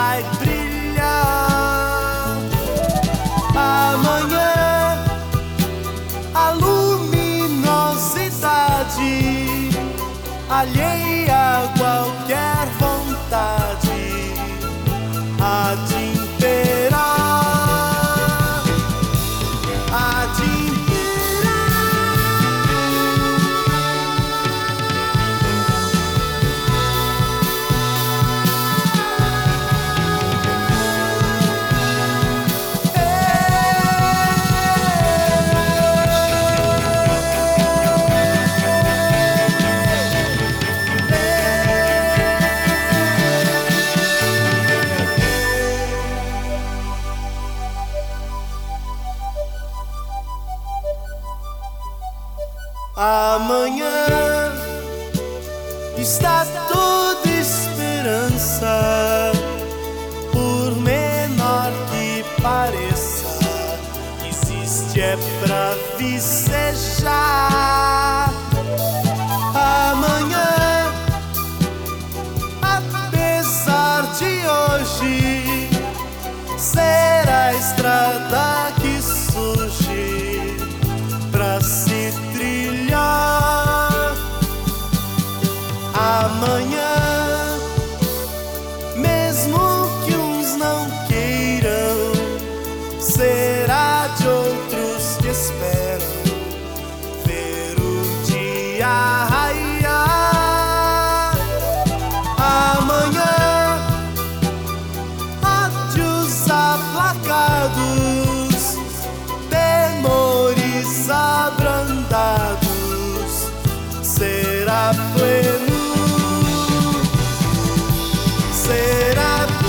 vai brilhar. Amanhã a luminosidade alheia a qualquer vontade há de imperar, há de amanhã está toda esperança, por menor que pareça, existe é pra vicejar. Amanhã, apesar de hoje, será a estrada que surge pra se trilhar. Amanhã, mesmo que uns não queiram, será de outros que esperam ver o dia raiar. Amanhã, há de os aplacados, temores abrandados, será pleno, será pleno.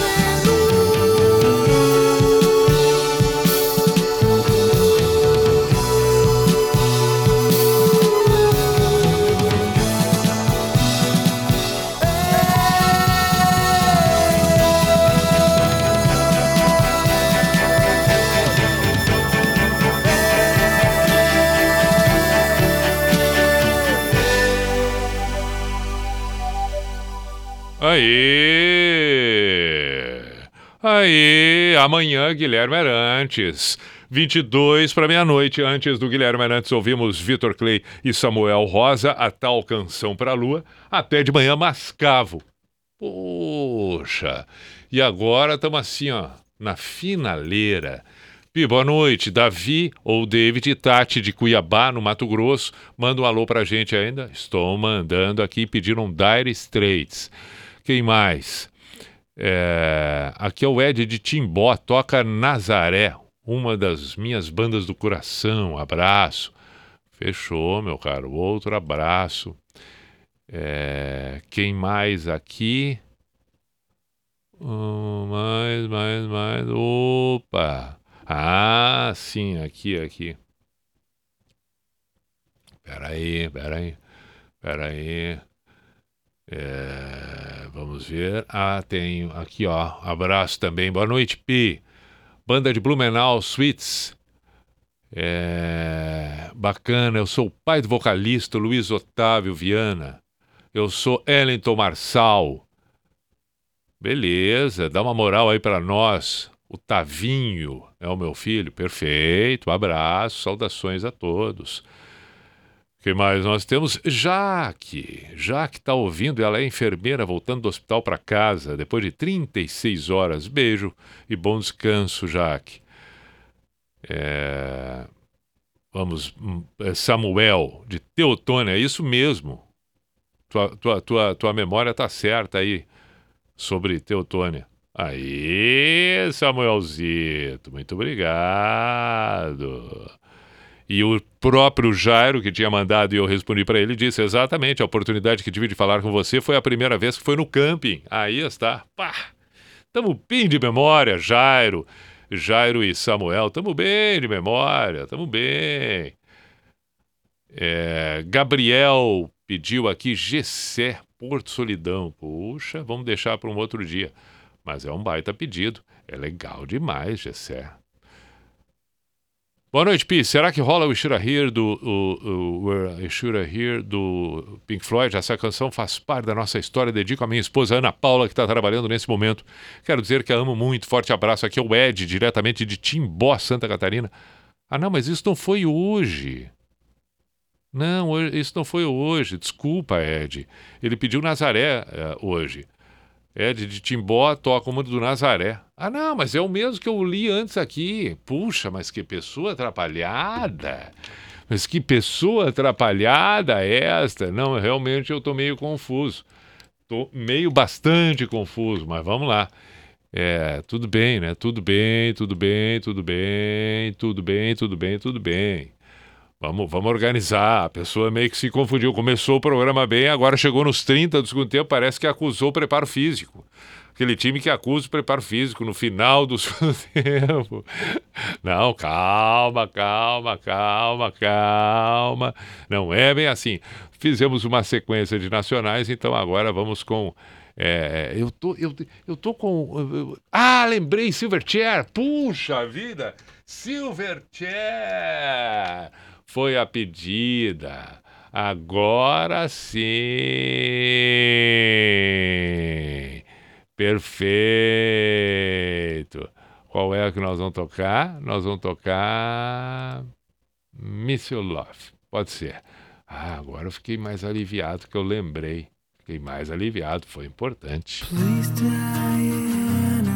Aí, amanhã, Guilherme Arantes. 22 para meia-noite. Antes do Guilherme Arantes, ouvimos Vitor Clay e Samuel Rosa, A Tal Canção pra Lua. Até de manhã, Mascavo. Poxa. E agora estamos assim, ó, na finaleira. Pi, boa noite. Davi ou David e Tati de Cuiabá, no Mato Grosso. Manda um alô pra gente ainda. Estou mandando aqui, pediram Dire Straits. Quem mais? Aqui é o Ed de Timbó, toca Nazaré, uma das minhas bandas do coração. Abraço. Fechou, meu caro. Outro abraço. Quem mais aqui? Mais. Opa! Ah, sim, aqui. Peraí. Vamos ver. Tenho aqui, ó. Abraço também. Boa noite, Pi. Banda de Blumenau, Sweets. Bacana. Eu sou o pai do vocalista Luiz Otávio Viana. Eu sou Ellington Marçal. Beleza. Dá uma moral aí pra nós. O Tavinho é o meu filho. Perfeito. Abraço. Saudações a todos. O que mais nós temos? Jaque está ouvindo, ela é enfermeira voltando do hospital para casa depois de 36 horas. Beijo e bom descanso, Jaque. Vamos, Samuel de Teotônia, é isso mesmo. Tua memória tá certa aí sobre Teotônia. Aí, Samuelzito, muito obrigado. E o próprio Jairo, que tinha mandado e eu respondi para ele, disse exatamente, a oportunidade que tive de falar com você foi a primeira vez que foi no camping. Aí está. Pá! Tamo bem de memória, Jairo e Samuel. Tamo bem de memória, tamo bem. Gabriel pediu aqui Gessé, Porto Solidão. Puxa, vamos deixar para um outro dia. Mas é um baita pedido. É legal demais, Gessé. Boa noite, Pi. Será que rola o Should I Hear do Pink Floyd? Essa canção faz parte da nossa história. Dedico à minha esposa Ana Paula, que está trabalhando nesse momento. Quero dizer que a amo muito. Forte abraço. Aqui é o Ed, diretamente de Timbó, Santa Catarina. Ah, não, mas isso não foi hoje. Não, isso não foi hoje. Desculpa, Ed. Ele pediu Nazaré hoje. Ed de Timbó toca o Mundo do Nazaré. Ah, não, mas é o mesmo que eu li antes aqui. Puxa, mas que pessoa atrapalhada. Mas que pessoa atrapalhada esta. Não, realmente eu tô meio confuso. Tô meio bastante confuso, mas vamos lá. Tudo bem, né? Tudo bem. Vamos organizar. A pessoa meio que se confundiu. Começou o programa bem, agora chegou nos 30 do segundo tempo, parece que acusou o preparo físico. Aquele time que acusa o preparo físico no final do segundo tempo. Não, calma. Não é bem assim. Fizemos uma sequência de nacionais, então agora vamos com... Eu tô com... lembrei, Silverchair. Puxa vida! Silverchair! Foi a pedida. Agora sim. Perfeito. Qual é a que nós vamos tocar? Nós vamos tocar Miss You Love. Pode ser. Agora eu fiquei mais aliviado que eu lembrei. Fiquei mais aliviado. Foi importante. Please, Diana,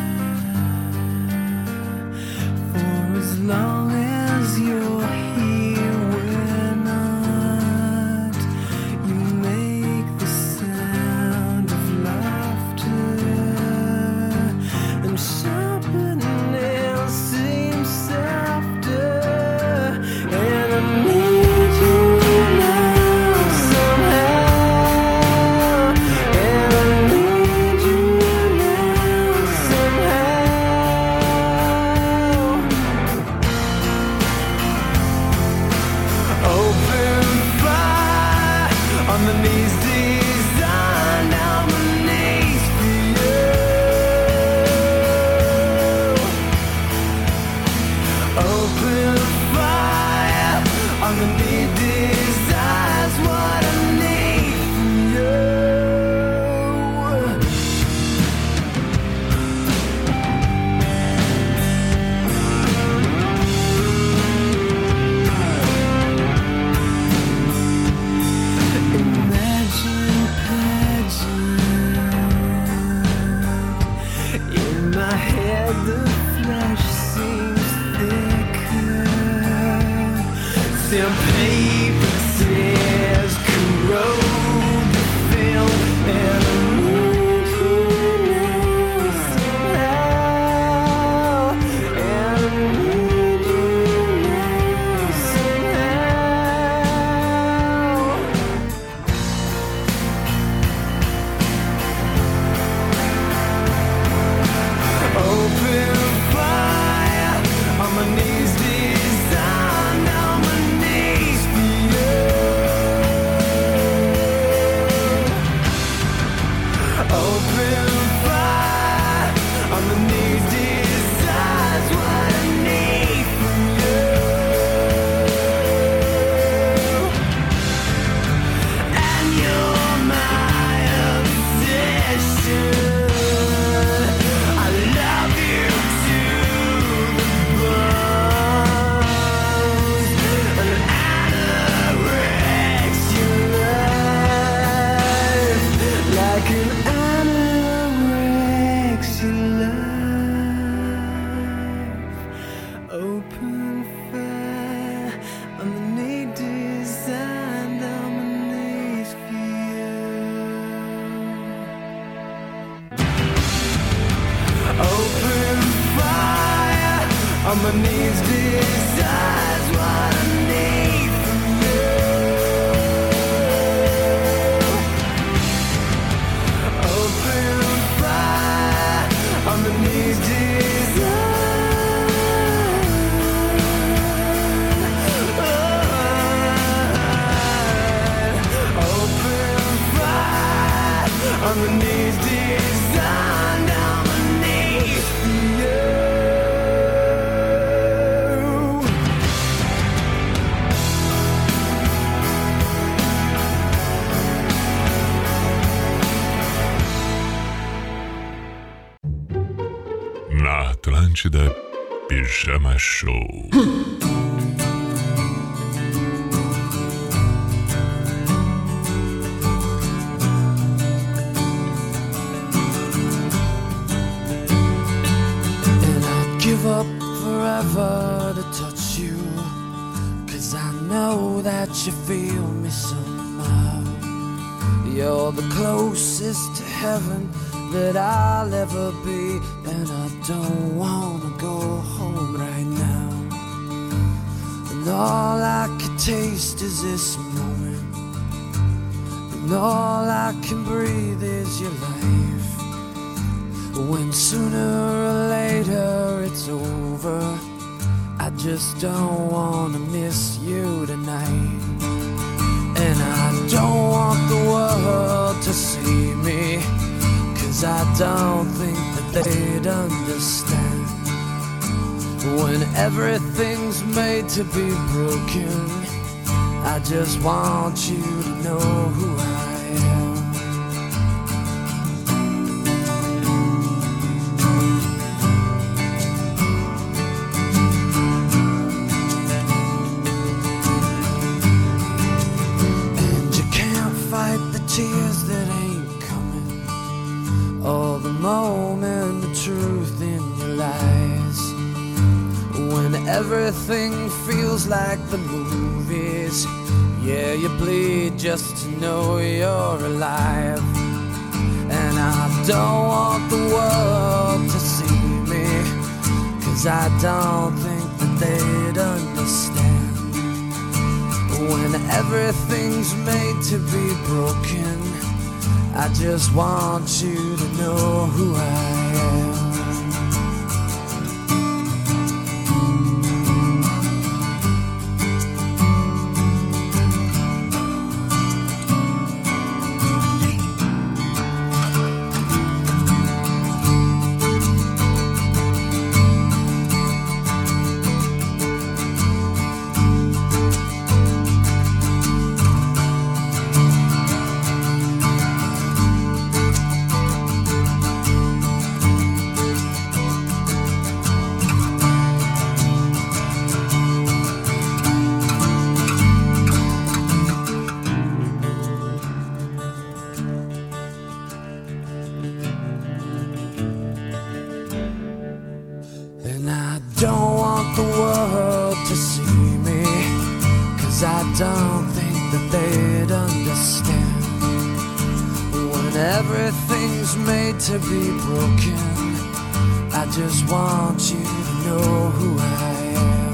for as long as you're here, we're not. You make the sound of laughter, and sharper nails seem softer, and I need you now somehow, and I need you now somehow. Open fire on the knees, designed on my knees for you. Open fire on the knees, desires what I need from you. Imagine pageant. In my head the flesh seems thicker. Some paper says corrode the film, and I need you now somehow, and I need you now somehow. Open fire on my knees, designed on my knees for you. Open fire on the knees, desires what I need from you. And you're my obsession. I love you to the bones, an anorexia life, like an anorexia life. Open fire on the knee, designed on my knees for you. Open fire on my knees, desires what I need from you. Open fire on the knees, open fire on the knees, designed on my knees for you. Na Atlântida, Pijama Show. Give up forever to touch you, 'cause I know that you feel me somehow. You're the closest to heaven that I'll ever be, and I don't wanna go home right now. And all I can taste is this moment, and all I can breathe is your life. When sooner or later it's over, I just don't wanna miss you tonight. And I don't want the world to see me, 'cause I don't think that they'd understand. When everything's made to be broken, I just want you to know who I am. Tears that ain't coming, or the moment the truth in your lies. When everything feels like the movies, yeah, you bleed just to know you're alive. And I don't want the world to see me, 'cause I don't think that they'd understand. When everything's made to be broken, I just want you to know who I am. To be broken, I just want you to know who I am.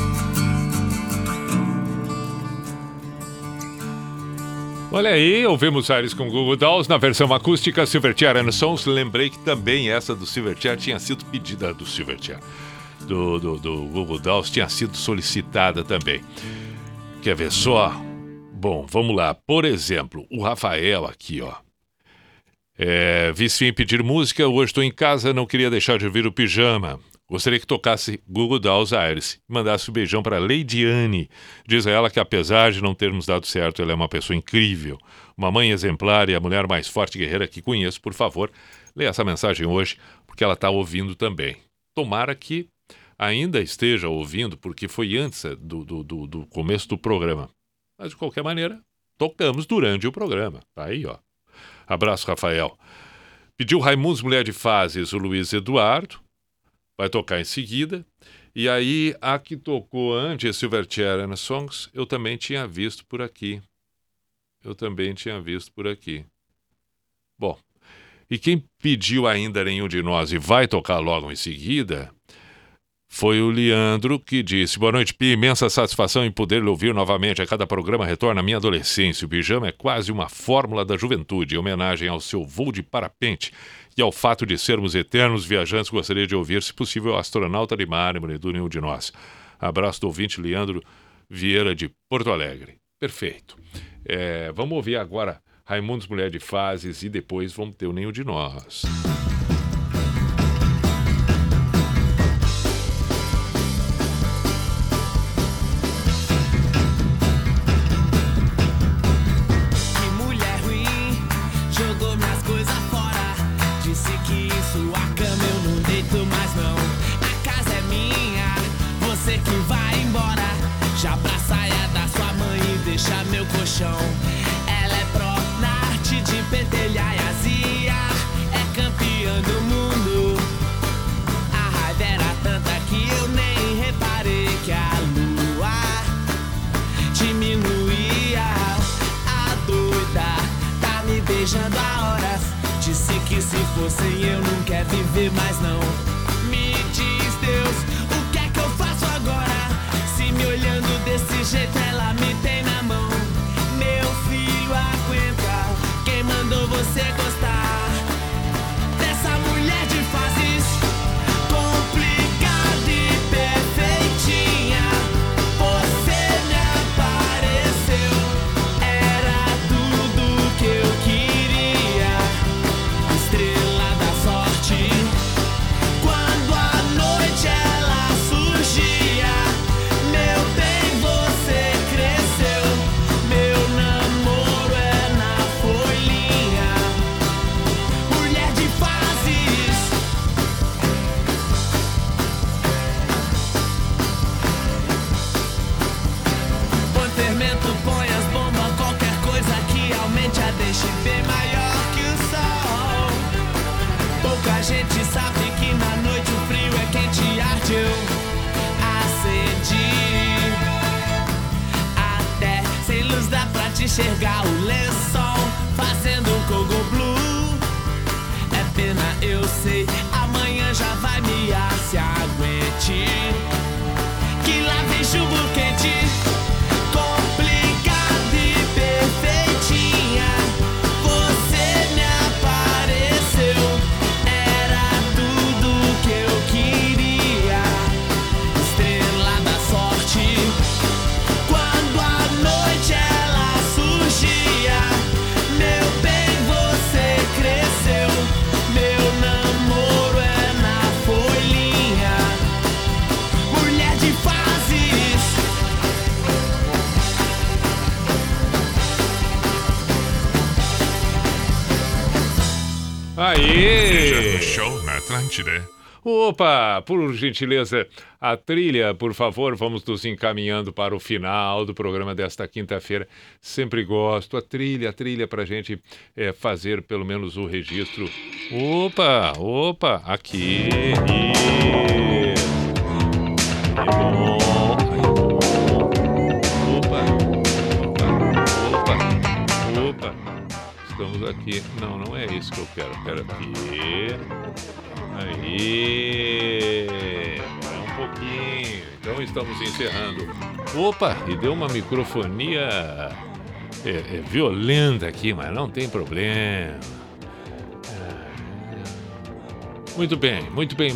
Olha aí, ouvimos Aires com Google Dolls na versão acústica Silverchair and Sons. Lembrei que também essa do Silverchair tinha sido pedida do Silverchair. Do Google Dolls tinha sido solicitada também. Quer ver só? Bom, vamos lá. Por exemplo, o Rafael aqui, ó. Vici em pedir música, hoje estou em casa, não queria deixar de ouvir o Pijama. Gostaria que tocasse Google Dolls Aires e mandasse um beijão para Leidiane. Diz a ela que apesar de não termos dado certo, ela é uma pessoa incrível, uma mãe exemplar e a mulher mais forte e guerreira que conheço. Por favor, leia essa mensagem hoje, porque ela está ouvindo também. Tomara que ainda esteja ouvindo, porque foi antes do começo do programa. Mas de qualquer maneira, tocamos durante o programa. Tá aí, ó. Abraço, Rafael. Pediu Raimundos Mulher de Fases, o Luiz Eduardo. Vai tocar em seguida. E aí, a que tocou antes, Silverchair and Songs, eu também tinha visto por aqui. Bom, e quem pediu ainda Nenhum de Nós e vai tocar logo em seguida foi o Leandro, que disse: boa noite, Pi, imensa satisfação em poder lhe ouvir novamente. A cada programa retorna a minha adolescência. O Pijama é quase uma fórmula da juventude, em homenagem ao seu voo de parapente e ao fato de sermos eternos viajantes. Gostaria de ouvir, se possível, o Astronauta de Mármore do Nenhum de Nós. Abraço do ouvinte Leandro Vieira de Porto Alegre. Perfeito. Vamos ouvir agora Raimundos Mulher de Fases e depois vamos ter o Nenhum de Nós. Mas não chão. Ela é pró na arte de pentelhar e aziar. É campeã do mundo. A raiva era tanta que eu nem reparei que a lua diminuía. A doida tá me beijando há horas. Disse que se fossem eu não quer viver mais não. Me diz Deus, o que é que eu faço agora? Se me olhando desse jeito ela me tem na mão. Meu filho aguenta, quem mandou você gostar dessa mulher de fases complicada e perfeitinha? Você me apareceu, era tudo que eu queria. Estrela da sorte, quando a noite ela surgia. Meu bem, você cresceu, meu namoro é na folhinha. Mulher de fases. Põe fermento, põe as bombas, qualquer coisa que aumente a deixe bem maior que o sol. Pouca gente sabe que na noite o frio é quente e arde. Eu acendi, até sem luz dá pra te enxergar o lençol fazendo um cogo blue. É pena, eu sei, amanhã já vai miar, se aguente, que lá vem chumbo quente. Complicada e perfeitinha, você me apareceu, era tudo que eu queria. Estrela da sorte, quando a noite ela surgia. Meu bem, você cresceu, meu namoro é na folhinha. Mulher de fases. Aê! No show na Atlântida. Opa, por gentileza, a trilha, por favor, vamos nos encaminhando para o final do programa desta quinta-feira. Sempre gosto. A trilha pra gente fazer pelo menos o registro. Opa, aqui. Isso. É bom. Opa. Estamos aqui. Não é isso que eu quero. Quero aqui. Aí. Espera um pouquinho. Então estamos encerrando. Opa, e deu uma microfonia violenta aqui, mas não tem problema. Muito bem.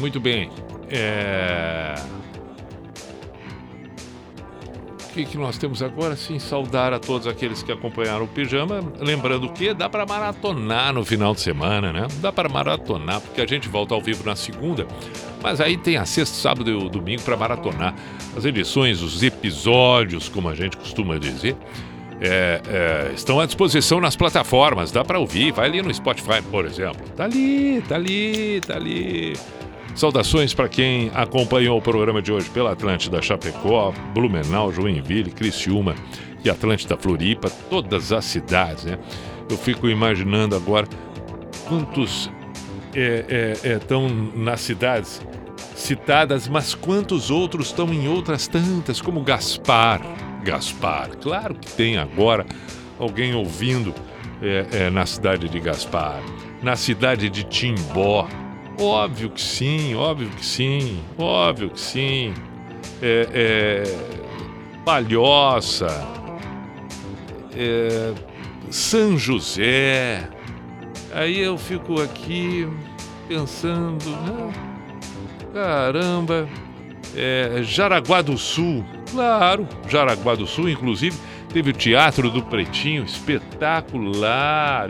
O que nós temos agora? Sim, saudar a todos aqueles que acompanharam o Pijama. Lembrando que dá para maratonar no final de semana, né? Dá para maratonar, porque a gente volta ao vivo na segunda, mas aí tem a sexta, sábado e o domingo para maratonar as edições, os episódios, como a gente costuma dizer. Estão à disposição nas plataformas, dá para ouvir. Vai ali no Spotify, por exemplo. Tá ali. Saudações para quem acompanhou o programa de hoje pela Atlântida Chapecó, Blumenau, Joinville, Criciúma e Atlântida Floripa, todas as cidades, né? Eu fico imaginando agora quantos estão nas cidades citadas, mas quantos outros estão em outras tantas, como Gaspar, claro que tem agora alguém ouvindo na cidade de Gaspar, na cidade de Timbó. Óbvio que sim. Palhoça, São José. Aí eu fico aqui pensando, caramba, Jaraguá do Sul, claro, Jaraguá do Sul, inclusive, teve o Teatro do Pretinho, espetacular.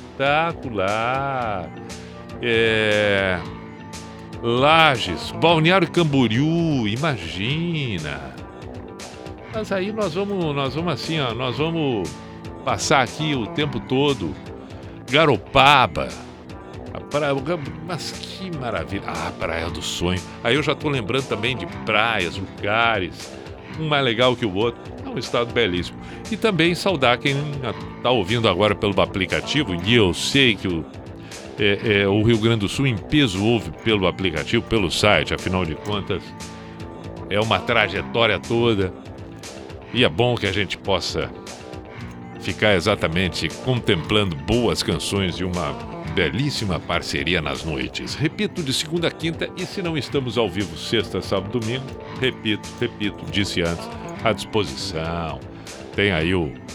Lages, Balneário Camboriú, imagina. Mas aí nós vamos assim, ó, nós vamos passar aqui o tempo todo. Garopaba, a praia, mas que maravilha. Praia do Sonho. Aí eu já tô lembrando também de praias, lugares um mais legal que o outro. É um estado belíssimo. E também saudar quem está ouvindo agora pelo aplicativo, e eu sei que o Rio Grande do Sul em peso ouve pelo aplicativo, pelo site, afinal de contas, é uma trajetória toda. E é bom que a gente possa ficar exatamente contemplando boas canções e uma belíssima parceria nas noites. Repito, de segunda a quinta, e se não estamos ao vivo sexta, sábado, domingo, repito, disse antes, à disposição. Tem aí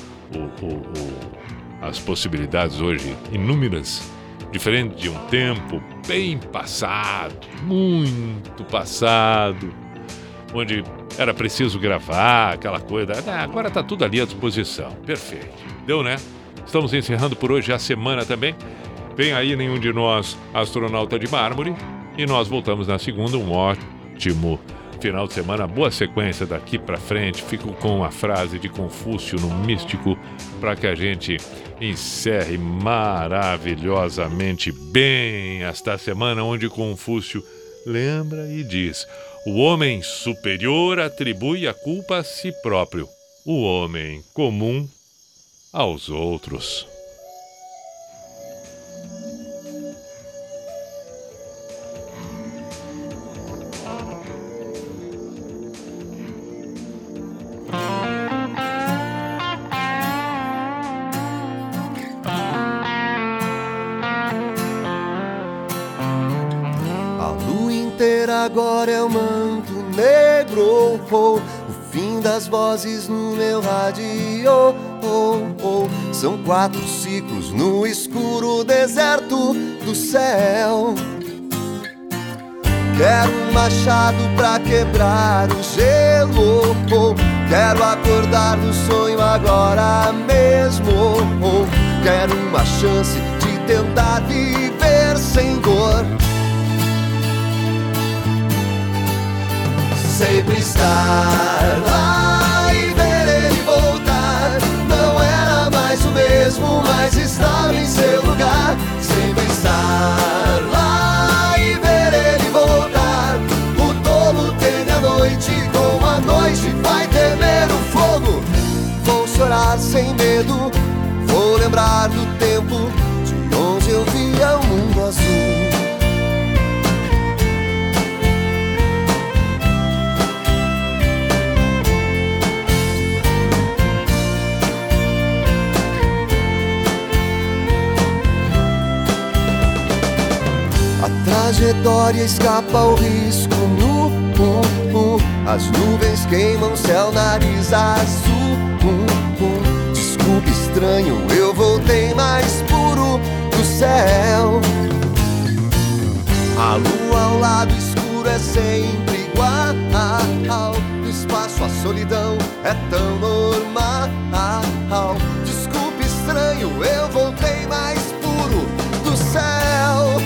as possibilidades hoje inúmeras, diferente de um tempo bem passado, muito passado, onde era preciso gravar aquela coisa. Agora está tudo ali à disposição. Perfeito. Deu, né? Estamos encerrando por hoje a semana também. Vem aí Nenhum de Nós, Astronauta de Mármore. E nós voltamos na segunda. Um ótimo final de semana. Boa sequência daqui para frente. Fico com a frase de Confúcio no Místico para que a gente encerre maravilhosamente bem esta semana, onde Confúcio lembra e diz: o homem superior atribui a culpa a si próprio, o homem comum aos outros. Agora é o manto negro, o fim das vozes no meu rádio. São 4 ciclos no escuro deserto do céu. Quero um machado pra quebrar o gelo. Quero acordar do sonho agora mesmo. Quero uma chance de tentar viver sem dor. Sempre estar lá e ver ele voltar. Não era mais o mesmo, mas estava em seu lugar. Sempre estar lá e ver ele voltar. O tolo teme a noite, como a noite vai temer o fogo. Vou chorar sem medo, vou lembrar do tempo de onde eu via o mundo azul. A trajetória escapa ao risco nu. As nuvens queimam céu, nariz azul. Desculpe, estranho, eu voltei mais puro do céu. A lua ao lado escuro é sempre igual. No espaço a solidão é tão normal. Desculpe, estranho, eu voltei mais puro do céu.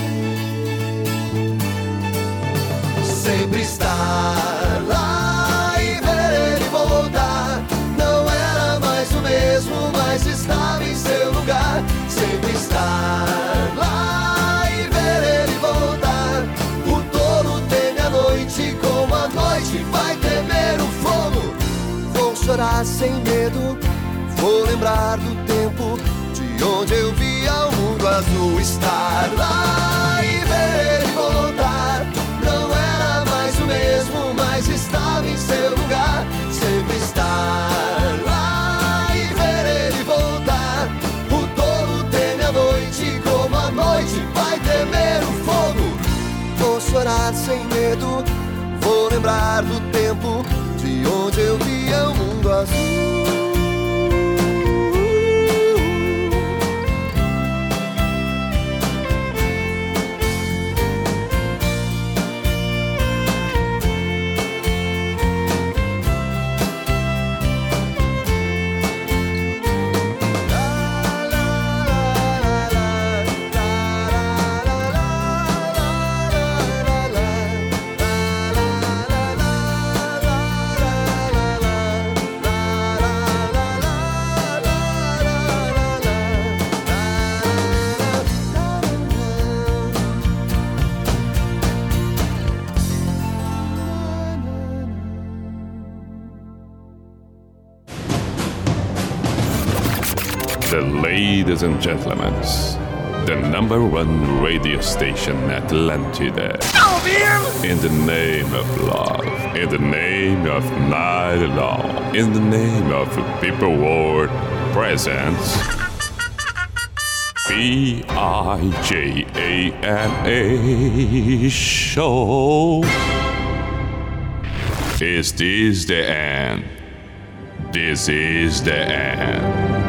Sempre estar lá e ver ele voltar. Não era mais o mesmo, mas estava em seu lugar. Sempre estar lá e ver ele voltar. O touro teme a noite, como a noite vai temer o fogo. Vou chorar sem medo, vou lembrar do tempo de onde eu via o mundo azul. Estar lá e ver ele voltar. Não era mais o mesmo, mas estava em seu lugar. Sempre estar lá e ver ele voltar. O tolo teme a noite, como a noite vai temer o fogo. Vou chorar sem medo, vou lembrar do tempo de onde eu via o mundo azul. Ladies and gentlemen, the #1 radio station Atlantida. In the name of love, in the name of night long, in the name of people world presents PIJANA show. Is this the end? This is the end.